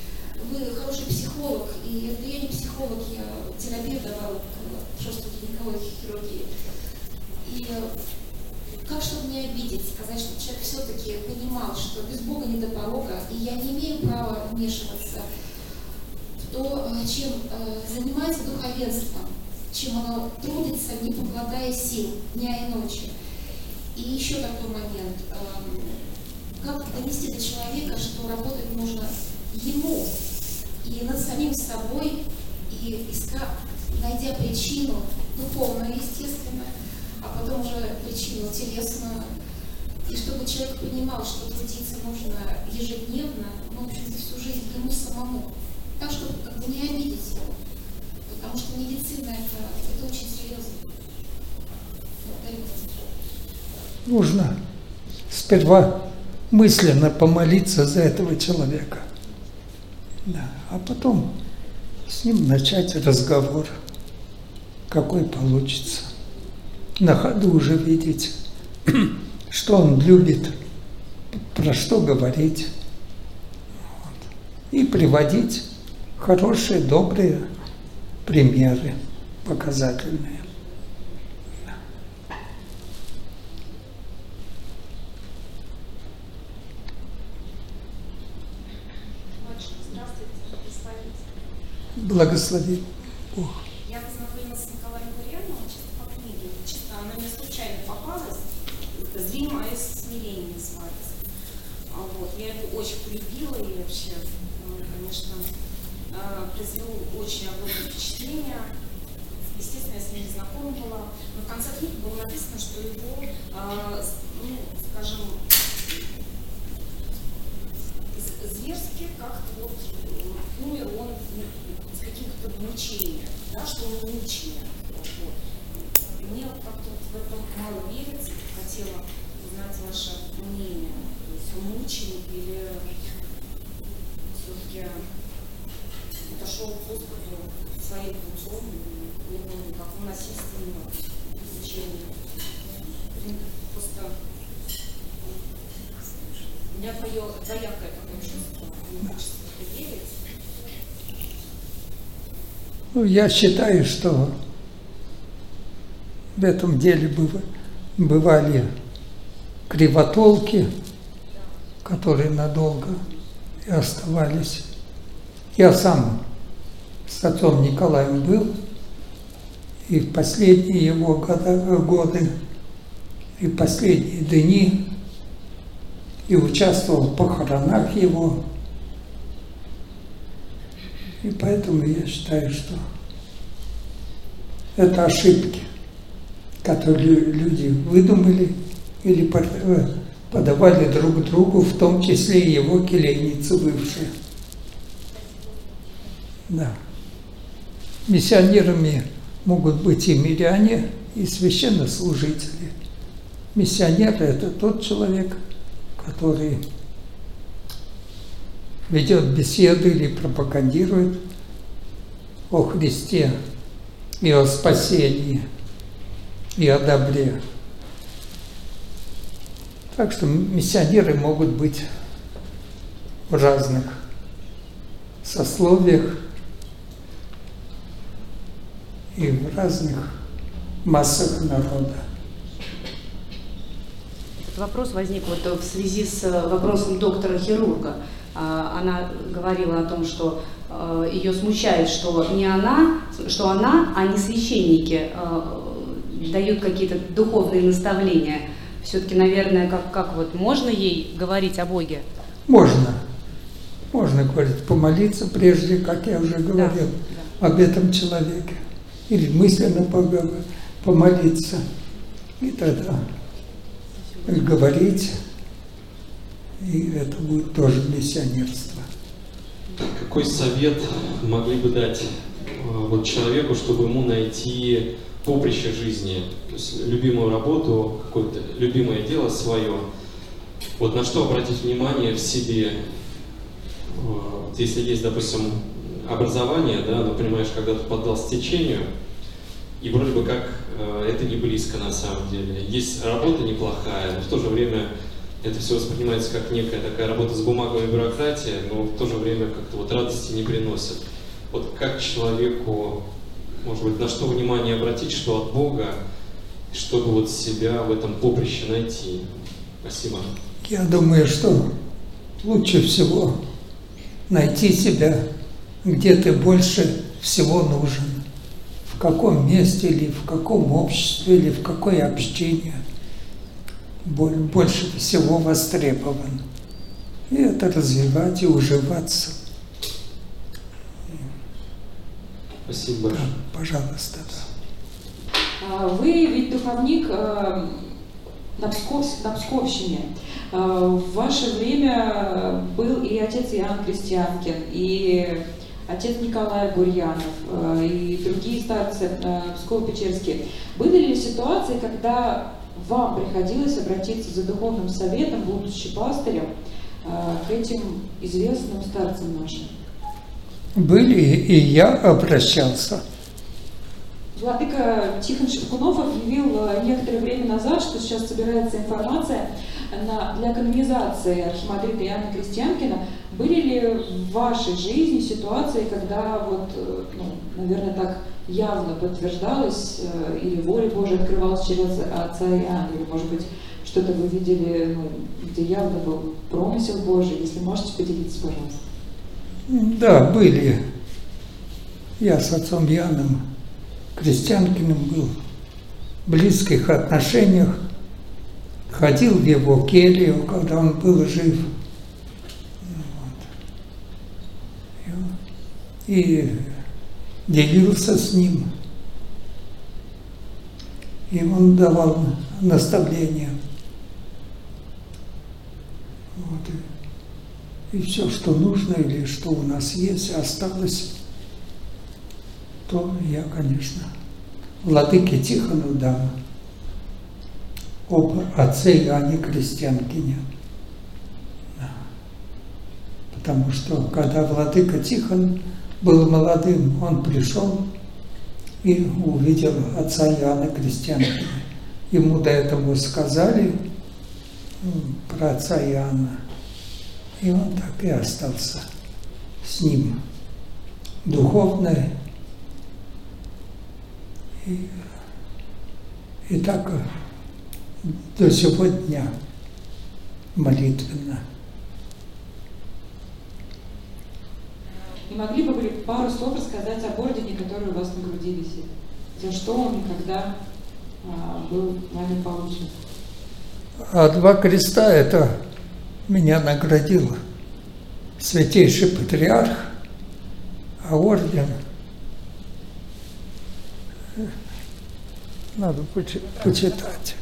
Speaker 8: вы хороший психолог, и я не психолог, я терапевт, наоборот, шерстной гинекологии, хирургии. И как, чтобы не обидеть, сказать, что человек все-таки понимал, что без Бога не до порога, и я не имею права вмешиваться в то, чем занимается духовенством, чем оно трудится, не покладая сил дня и ночи. И еще такой момент. Как донести до человека, что работать нужно ему, и над самим собой, и найдя причину, духовную, естественно, а потом уже причину телесную, и чтобы человек понимал, что трудиться нужно ежедневно, ну, в общем, всю жизнь ему самому, так, чтобы как бы не обидеть его, потому что медицина это очень серьезно.
Speaker 5: Нужно сперва мысленно помолиться за этого человека, да, а потом с ним начать разговор, какой получится. На ходу уже видеть, что он любит, про что говорить. Вот. И приводить хорошие, добрые примеры, показательные. Благослови Бог.
Speaker 7: Я познакомилась с Николаем Гурьяновым чисто по книге. Чисто она мне случайно попалась. «Зримое смирение» называется. Вот. Я его очень полюбила и вообще, конечно, произвел очень огромное впечатление. Естественно, я с ним не знакома была. Но в конце книги было написано, что его, ну, скажем, зверски как-то вот умер он с каким-то мучением, да, что он мучение. Вот. Мне вот как-то вот в этом мало верится, хотела узнать ваше мнение. То есть он мученик или все-таки отошел к Господу своим путем, не было никакого насильственного мучения. Просто у меня двоякое такое чувство, не хочется верить.
Speaker 5: Ну, я считаю, что в этом деле бывали кривотолки, которые надолго и оставались. Я сам с отцом Николаем был, и в последние его годы, и в последние дни, и участвовал в похоронах его. И поэтому я считаю, что это ошибки, которые люди выдумали или подавали друг другу, в том числе и его келейницы бывшие. Да. Миссионерами могут быть и миряне, и священнослужители. Миссионер – это тот человек, который ведет беседы или пропагандирует о Христе и о спасении, и о добре. Так что миссионеры могут быть в разных сословиях и в разных массах народа.
Speaker 1: Вопрос возник вот в связи с вопросом доктора-хирурга. Она говорила о том, что ее смущает, что не она, что она, а не священники дают какие-то духовные наставления. Все-таки, наверное, как вот можно ей говорить о Боге?
Speaker 5: Можно. Можно говорить, помолиться прежде, как я уже говорил, об этом человеке. Или мысленно помолиться. И тогда говорить. И это будет тоже миссионерство.
Speaker 9: Какой совет могли бы дать вот человеку, чтобы ему найти поприще жизни, то есть любимую работу, какое-то любимое дело свое? Вот на что обратить внимание в себе? Вот, если есть, допустим, образование, да, но понимаешь, когда ты поддался течению, и вроде бы как это не близко на самом деле. Есть работа неплохая, но в то же время это все воспринимается как некая такая работа с бумагой и бюрократия, но в то же время как-то вот радости не приносит. Вот как человеку, может быть, на что внимание обратить, что от Бога, чтобы вот себя в этом поприще найти? Спасибо.
Speaker 5: Я думаю, что лучше всего найти себя, где ты больше всего нужен, в каком месте или в каком обществе, или в какое общение больше всего востребован. И это развивать и уживаться.
Speaker 9: Спасибо большое.
Speaker 5: Да, пожалуйста. Да.
Speaker 10: Вы ведь духовник на Псковщине. В ваше время был и отец Иоанн Крестьянкин, и отец Николай Гурьянов, и другие старцы Псково-Печерские. Были ли ситуации, когда вам приходилось обратиться за духовным советом, будучи пастырем, к этим известным старцам нашим?
Speaker 5: Были, и я обращался.
Speaker 10: Владыка Тихон Шевкунов объявил некоторое время назад, что сейчас собирается информация для канонизации архимандрита Иоанна Крестьянкина. Были ли в вашей жизни ситуации, когда вот, наверное, так явно подтверждалось, или воля Божия открывалась через отца Иоанна, или, может быть, что-то вы видели, где явно был промысел Божий? Если можете поделиться, пожалуйста.
Speaker 5: Да, были. Я с отцом Иоанном Крестьянкиным был в близких отношениях, ходил в его келью, когда он был жив. И делился с ним. И он давал наставления. Вот. И все, что нужно или что у нас есть, осталось, то я, конечно, владыке Тихону дам об отце Иоанне Крестьянкине. Да. Потому что, когда владыка Тихон был молодым, он пришел и увидел отца Иоанна Крестьянкина. Ему до этого сказали про отца Иоанна, и он так и остался с ним духовно. И так до сего дня молитвенно.
Speaker 10: Не могли бы вы пару слов рассказать об ордене, который у вас на груди висит? За что он и когда был вами получен?
Speaker 5: А 2 креста — это меня наградил святейший патриарх, а орден надо почитать.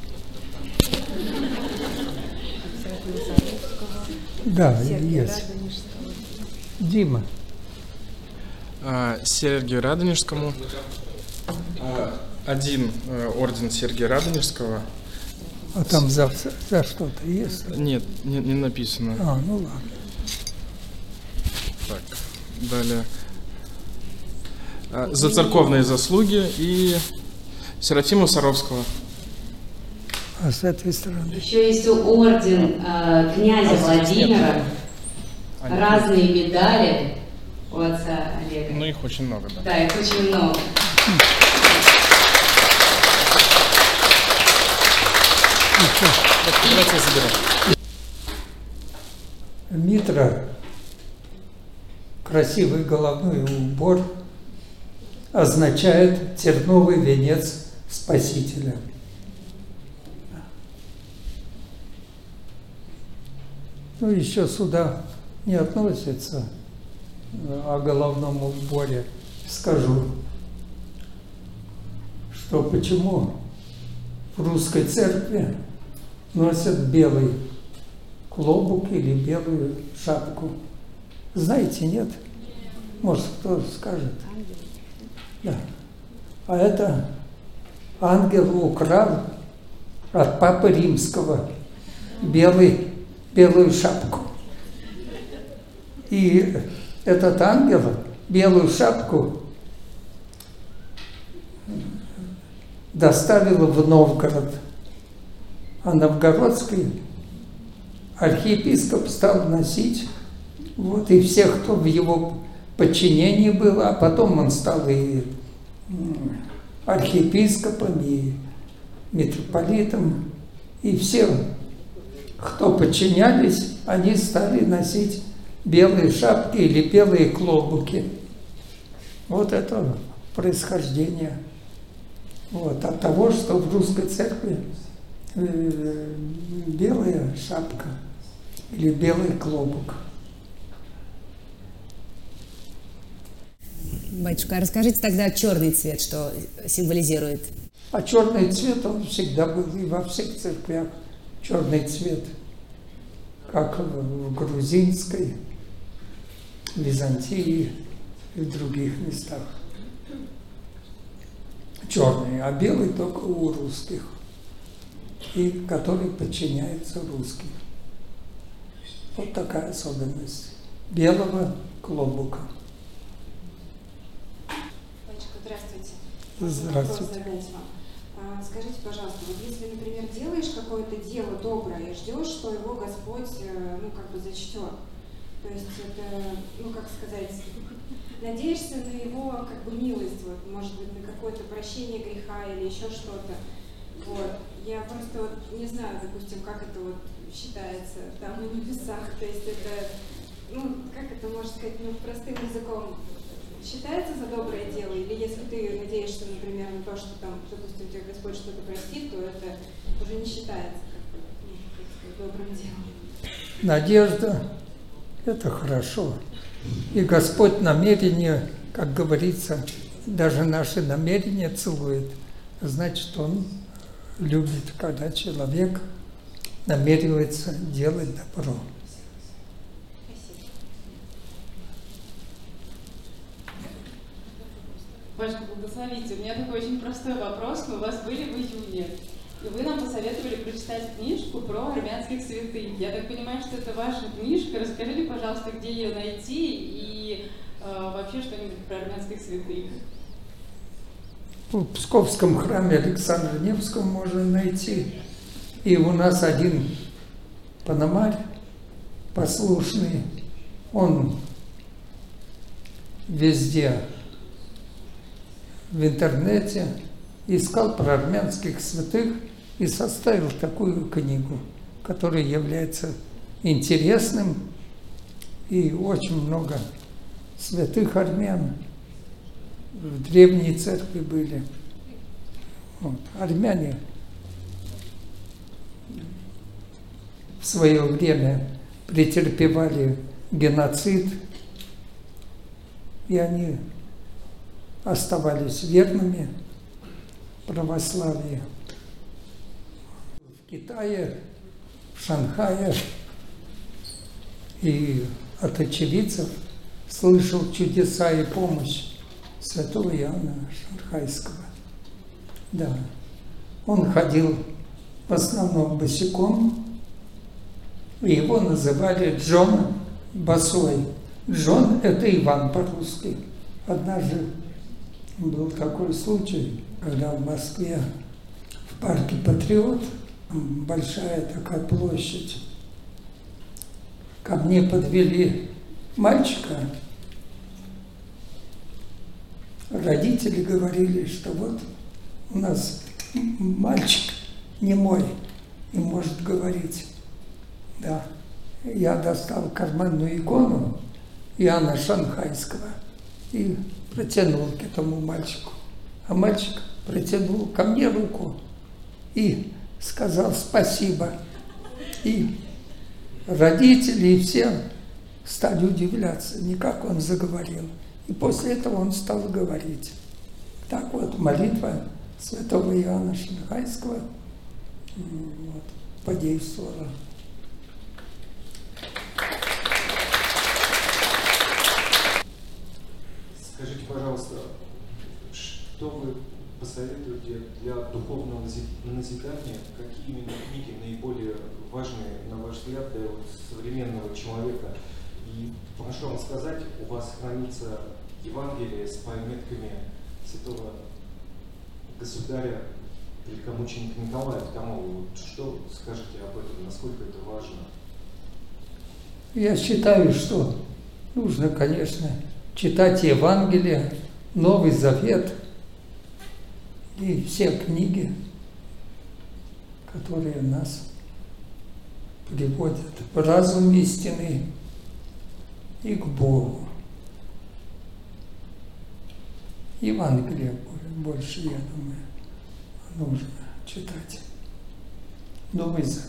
Speaker 5: Да, есть. Дима.
Speaker 11: Сергию Радонежскому. Один орден Сергия Радонежского.
Speaker 5: А там за что-то есть?
Speaker 11: Нет, не написано.
Speaker 5: Ну ладно.
Speaker 11: Так, далее. За церковные заслуги и Серафима Саровского.
Speaker 5: А с этой стороны?
Speaker 4: Еще есть орден князя Владимира, разные медали у отца Олега.
Speaker 11: Ну, их очень много, да.
Speaker 4: Да, их очень много.
Speaker 11: Давайте я заберу.
Speaker 5: Митра, красивый головной убор, означает терновый венец Спасителя. Ну, еще сюда не относится, о головном уборе скажу, что почему в русской церкви носят белый клобук или белую шапку. Знаете, нет? Может, кто скажет? Да. А это ангел украл от Папы Римского белую шапку. И этот ангел белую шапку доставил в Новгород. А новгородский архиепископ стал носить, вот, и всех, кто в его подчинении был, а потом он стал и архиепископом, и митрополитом, и все, кто подчинялись, они стали носить белые шапки или белые клобуки. Вот это происхождение. Вот, от того, что в русской церкви белая шапка или белый клобук.
Speaker 4: Батюшка, а расскажите тогда черный цвет, что символизирует?
Speaker 5: А черный цвет, он всегда был и во всех церквях. Черный цвет, как в грузинской, Византии и в других местах. Черный, а белый только у русских, и который подчиняется русским. Вот такая особенность белого клобука.
Speaker 12: Батюшка, здравствуйте.
Speaker 5: Здравствуйте.
Speaker 12: Скажите, пожалуйста, вот если, например, делаешь какое-то дело доброе и ждешь, что его Господь, зачтет, то есть это, как сказать, надеешься на его, милость, вот, может быть, на какое-то прощение греха или еще что-то, вот. Я просто не знаю, допустим, как это вот считается там на небесах, то есть это, как это можно сказать, простым языком, считается за доброе дело, или если ты надеешься, например, на то, что там, допустим, тебе Господь что-то простит, то это уже не считается добрым делом.
Speaker 5: Надежда – это хорошо. И Господь намерение, как говорится, даже наши намерения целует. Значит, Он любит, когда человек намеревается делать добро.
Speaker 13: Батюшка, благословите. У меня такой очень простой вопрос. Мы у вас были в июне, и вы нам посоветовали прочитать книжку про армянских святых. Я так понимаю, что это ваша книжка. Расскажите, пожалуйста, где ее найти и вообще что-нибудь про армянских святых.
Speaker 5: В Псковском храме Александра Невского можно найти. И у нас один пономарь послушный, он везде в интернете искал про армянских святых и составил такую книгу, которая является интересным, и очень много святых армян в древней церкви были. Вот. Армяне в свое время претерпевали геноцид, и они оставались верными православию. В Китае, в Шанхае и от очевидцев слышал чудеса и помощь святого Иоанна Шанхайского. Да. Он ходил в основном босиком, и его называли Джон Босой. Джон – это Иван по-русски. Однажды был такой случай, когда в Москве в парке «Патриот», большая такая площадь, ко мне подвели мальчика. Родители говорили, что вот у нас мальчик немой, не может говорить. Да. Я достал карманную икону Иоанна Шанхайского и протянул к этому мальчику. А мальчик протянул ко мне руку и сказал спасибо. И родители и все стали удивляться, не как он заговорил. И после этого он стал говорить. Так вот, молитва святого Иоанна Шанхайского подействовала.
Speaker 14: Скажите, пожалуйста, что вы посоветуете для духовного назидания, какие именно книги наиболее важные, на ваш взгляд, для современного человека? И прошу вам сказать, у вас хранится Евангелие с пометками святого государя великомученика Николая II. Что скажете об этом, насколько это важно?
Speaker 5: Я считаю, что нужно, конечно, читать Евангелие, Новый Завет и все книги, которые нас приводят в разум истины и к Богу. Евангелие больше, я думаю, нужно читать. Новый Завет.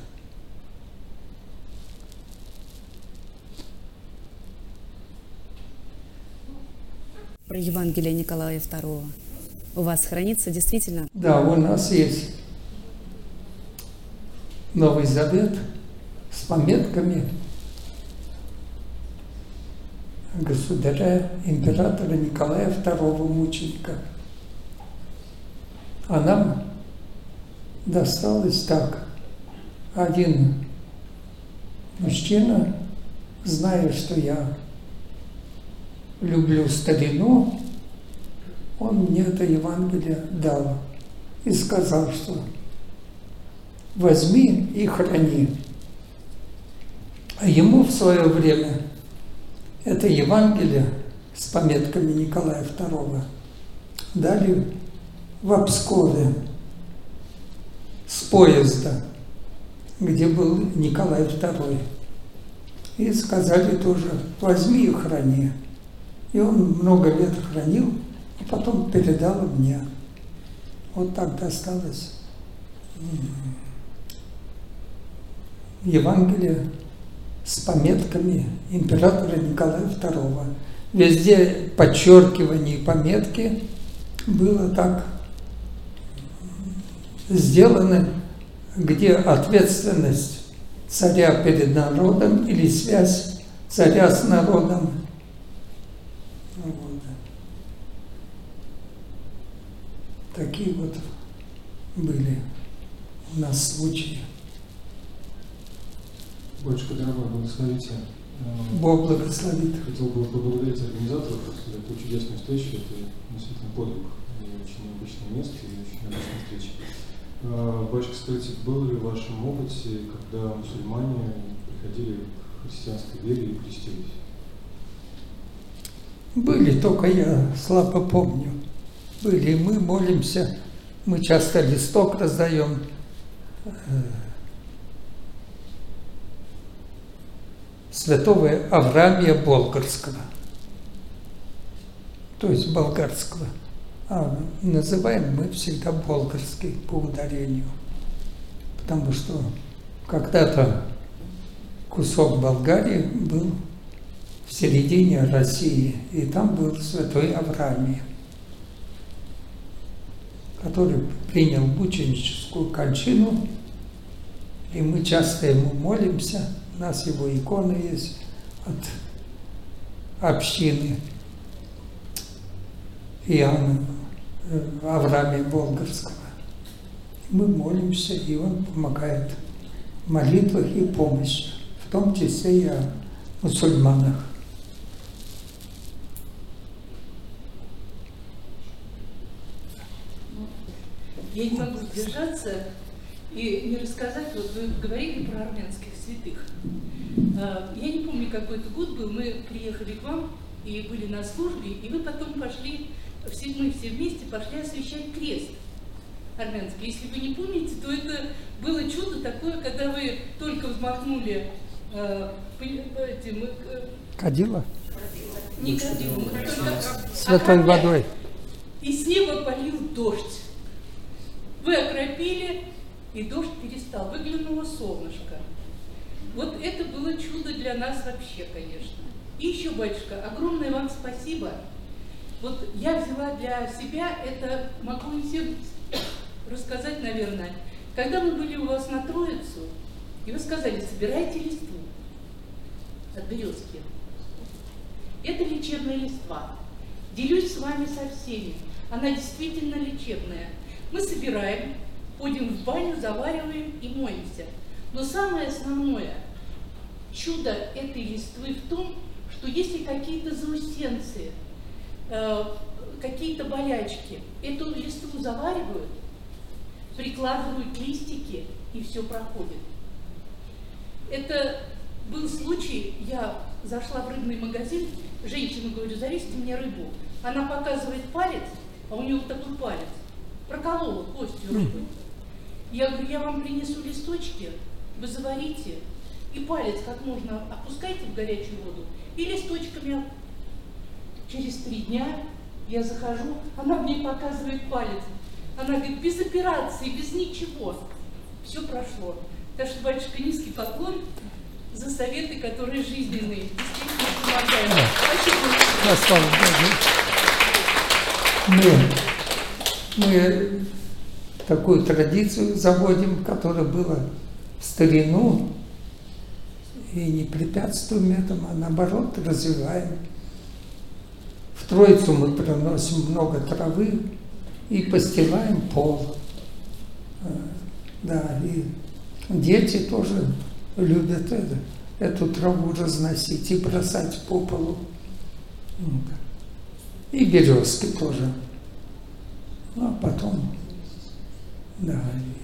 Speaker 4: Про Евангелие Николая II. У вас хранится действительно?
Speaker 5: Да, у нас есть Новый Завет с пометками государя, императора Николая II мученика. А нам досталось так. Один мужчина, зная, что я люблю старину, он мне это Евангелие дал и сказал, что возьми и храни. А ему в свое время это Евангелие с пометками Николая II дали в Обскове с поезда, где был Николай II. И сказали тоже, возьми и храни. И он много лет хранил, а потом передал мне. Вот так досталось Евангелие с пометками императора Николая II. Везде подчеркивание и пометки было так сделано, где ответственность царя перед народом или связь царя с народом. Вот. Такие вот были у нас случаи.
Speaker 14: Батюшка дорогой, благословите.
Speaker 5: Бог благословит.
Speaker 14: Хотел бы поблагодарить организаторов за эту чудесную встречу. Это действительно подвиг. И очень необычное место и очень необычная встреча. Батюшка, скажите, было ли в вашем опыте, когда мусульмане приходили к христианской вере и крестились?
Speaker 5: Были, только я слабо помню. Были, и мы молимся, мы часто листок раздаем. Святого Авраамия Болгарского, то есть болгарского. А называем мы всегда болгарский по ударению, потому что когда-то кусок Болгарии был в середине России, и там был святой Авраамий, который принял мученическую кончину, и мы часто ему молимся. У нас его икона есть от общины Иоанна Авраамия Болгарского. Мы молимся, и он помогает в молитвах и помощи, в том числе и о мусульманах.
Speaker 6: Я не могу сдержаться и не рассказать, вот вы говорили про армянских святых. Я не помню, какой это год был, мы приехали к вам и были на службе, и вы потом пошли, мы все вместе пошли освящать крест армянский. Если вы не помните, то это было чудо такое, когда вы только взмахнули
Speaker 5: Кадила?
Speaker 6: Не кадила,
Speaker 5: святой водой.
Speaker 6: И с неба полил дождь. Вы окропили, и дождь перестал. Выглянуло солнышко. Вот это было чудо для нас вообще, конечно. И еще, батюшка, огромное вам спасибо. Вот я взяла для себя, это могу и всем рассказать, наверное. Когда мы были у вас на Троицу, и вы сказали, собирайте листву от березки. Это лечебная листва. Делюсь с вами со всеми. Она действительно лечебная. Мы собираем, ходим в баню, завариваем и моемся. Но самое основное чудо этой листвы в том, что если какие-то заусенцы, какие-то болячки, эту листву заваривают, прикладывают листики, и все проходит. Это был случай, я зашла в рыбный магазин, женщина, говорю, зарежьте мне рыбу. Она показывает палец, а у нее вот такой палец. Проколола костью рыбы. Я говорю, я вам принесу листочки, вы заварите, и палец как можно опускайте в горячую воду, и листочками. Через 3 дня я захожу, она мне показывает палец. Она говорит, без операции, без ничего. Все прошло. Так что, батюшка, низкий поклон за советы, которые жизненные, действительно помогают. Спасибо.
Speaker 5: Мы такую традицию заводим, которая была в старину, и не препятствуем этому, а наоборот развиваем. В Троицу мы приносим много травы и постилаем пол. Да, и дети тоже любят эту траву разносить и бросать по полу. И березки тоже. Ну, а потом, да,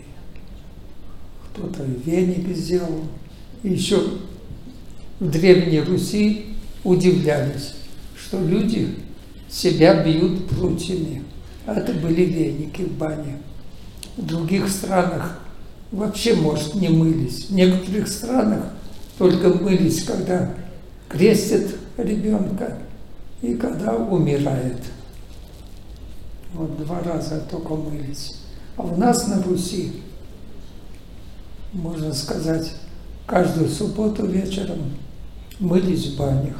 Speaker 5: кто-то веник сделал. И еще в Древней Руси удивлялись, что люди себя бьют прутьями. А это были веники в бане. В других странах вообще, может, не мылись. В некоторых странах только мылись, когда крестят ребенка и когда умирает. Вот 2 раза только мылись. А у нас на Руси, можно сказать, каждую субботу вечером мылись в банях.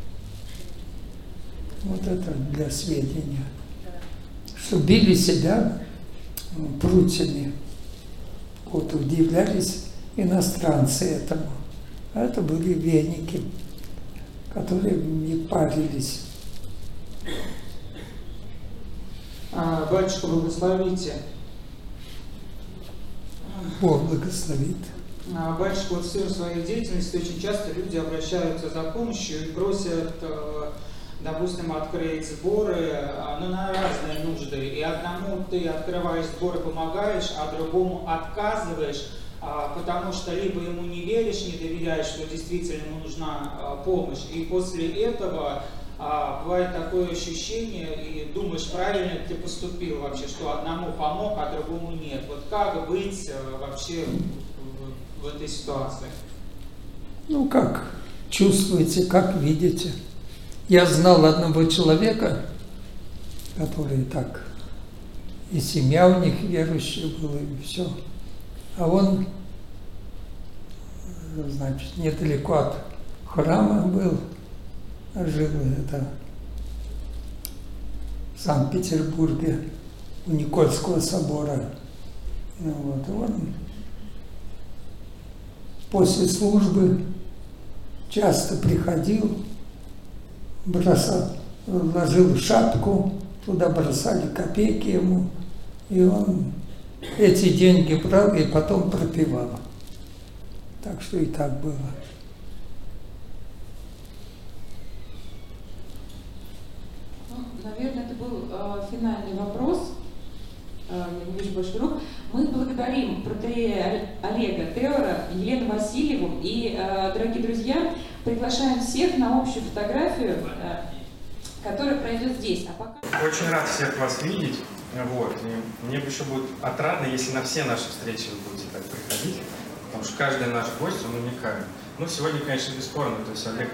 Speaker 5: Вот это для сведения. Что били себя прутьями. Вот удивлялись иностранцы этому. А это были веники, которые не парились.
Speaker 15: Батюшка, благословите.
Speaker 5: Бог благословит.
Speaker 15: Батюшка, вот в сферу своей деятельности очень часто люди обращаются за помощью и просят, допустим, открыть сборы, но на разные нужды. И одному ты открываешь сборы, помогаешь, а другому отказываешь, потому что либо ему не веришь, не доверяешь, что действительно ему нужна помощь. И после этого бывает такое ощущение, и думаешь, правильно ты поступил вообще, что одному помог, а другому нет. Вот как быть вообще в этой ситуации?
Speaker 5: Ну, как чувствуете, как видите. Я знал одного человека, который так, и семья у них верующая была, и все. А он, значит, недалеко от храма был, жил это в Санкт-Петербурге, у Никольского собора. Вот, и он после службы часто приходил, бросал, ложил шапку, туда бросали копейки ему, и он эти деньги брал и потом пропивал. Так что и так было.
Speaker 10: Наверное, это был финальный вопрос. Я не вижу больше рук. Мы благодарим протоиерея Олега Теора, Елену Васильеву и, дорогие друзья, приглашаем всех на общую фотографию, которая пройдет здесь. А пока...
Speaker 3: Очень рад всех вас видеть. Вот. И мне еще будет отрадно, если на все наши встречи вы будете так приходить, потому что каждый наш гость, он уникален. Ну, сегодня, конечно, бесспорно, то есть Олег,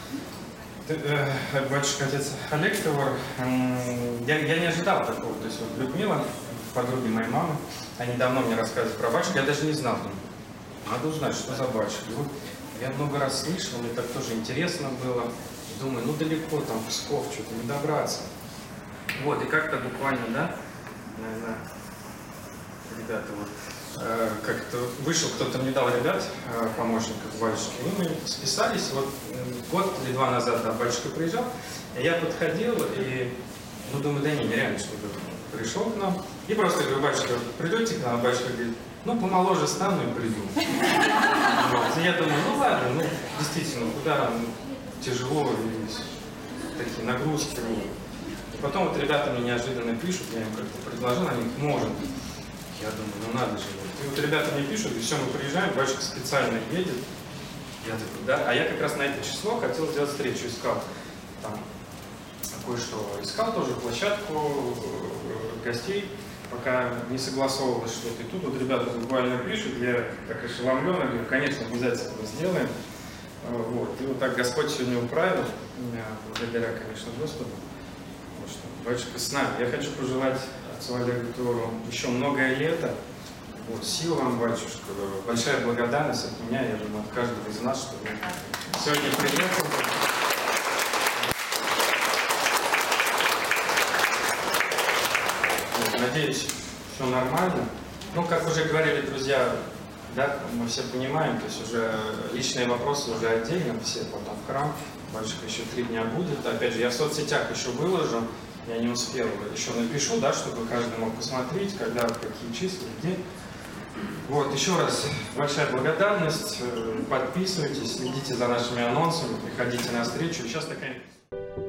Speaker 3: батюшка, отец Олег Теор, я не ожидал такого. То есть вот Людмила, подруги моей мамы, они давно мне рассказывали про батюшку, я даже не знал. Надо узнать, что за батюшка. Вот я много раз слышал, мне так тоже интересно было. Думаю, ну далеко, там Псков, что-то не добраться. Вот, и как-то буквально, да, наверное, ребята, вот, как-то вышел, кто-то мне дал ребят, помощников батюшки, и мы списались, вот год или 2 назад, да, батюшка приезжал, и я подходил, и, ну, думаю, да не, нереально, что-то пришел к нам, и просто говорю, батюшка, придете к нам, батюшка говорит, ну, помоложе стану и приду. Вот, и я думаю, ну, ладно, ну, действительно, куда тяжело, такие нагрузки. И потом вот ребята мне неожиданно пишут, я им как-то предложил, они можем. Я думаю, ну надо же. И вот ребята мне пишут, и все, мы приезжаем, батюшка специально едет, Я такой, да. А я как раз на это число хотел сделать встречу, искал там кое-что. Искал тоже площадку, гостей, пока не согласовывалось что-то. И тут вот ребята буквально пишут, я так ошеломленно говорю, конечно, обязательно мы сделаем. Вот. И вот так Господь сегодня управил меня, благодаря, конечно, Господу. Потому что батюшка с нами. Я хочу пожелать отцу Олегу Тору еще многое лето. Вот, сил вам, батюшка. Большая благодарность от меня, я думаю, от каждого из нас, что вы сегодня приехали. Вот, надеюсь, все нормально. Ну, как уже говорили друзья, да, мы все понимаем, то есть уже личные вопросы уже отдельно, все потом в храм. Батюшка еще 3 дня будет. Опять же, я в соцсетях еще выложу, я не успел, еще напишу, да, чтобы каждый мог посмотреть, когда, какие числа, где. Вот, еще раз большая благодарность. Подписывайтесь, следите за нашими анонсами, приходите на встречу. Сейчас такая...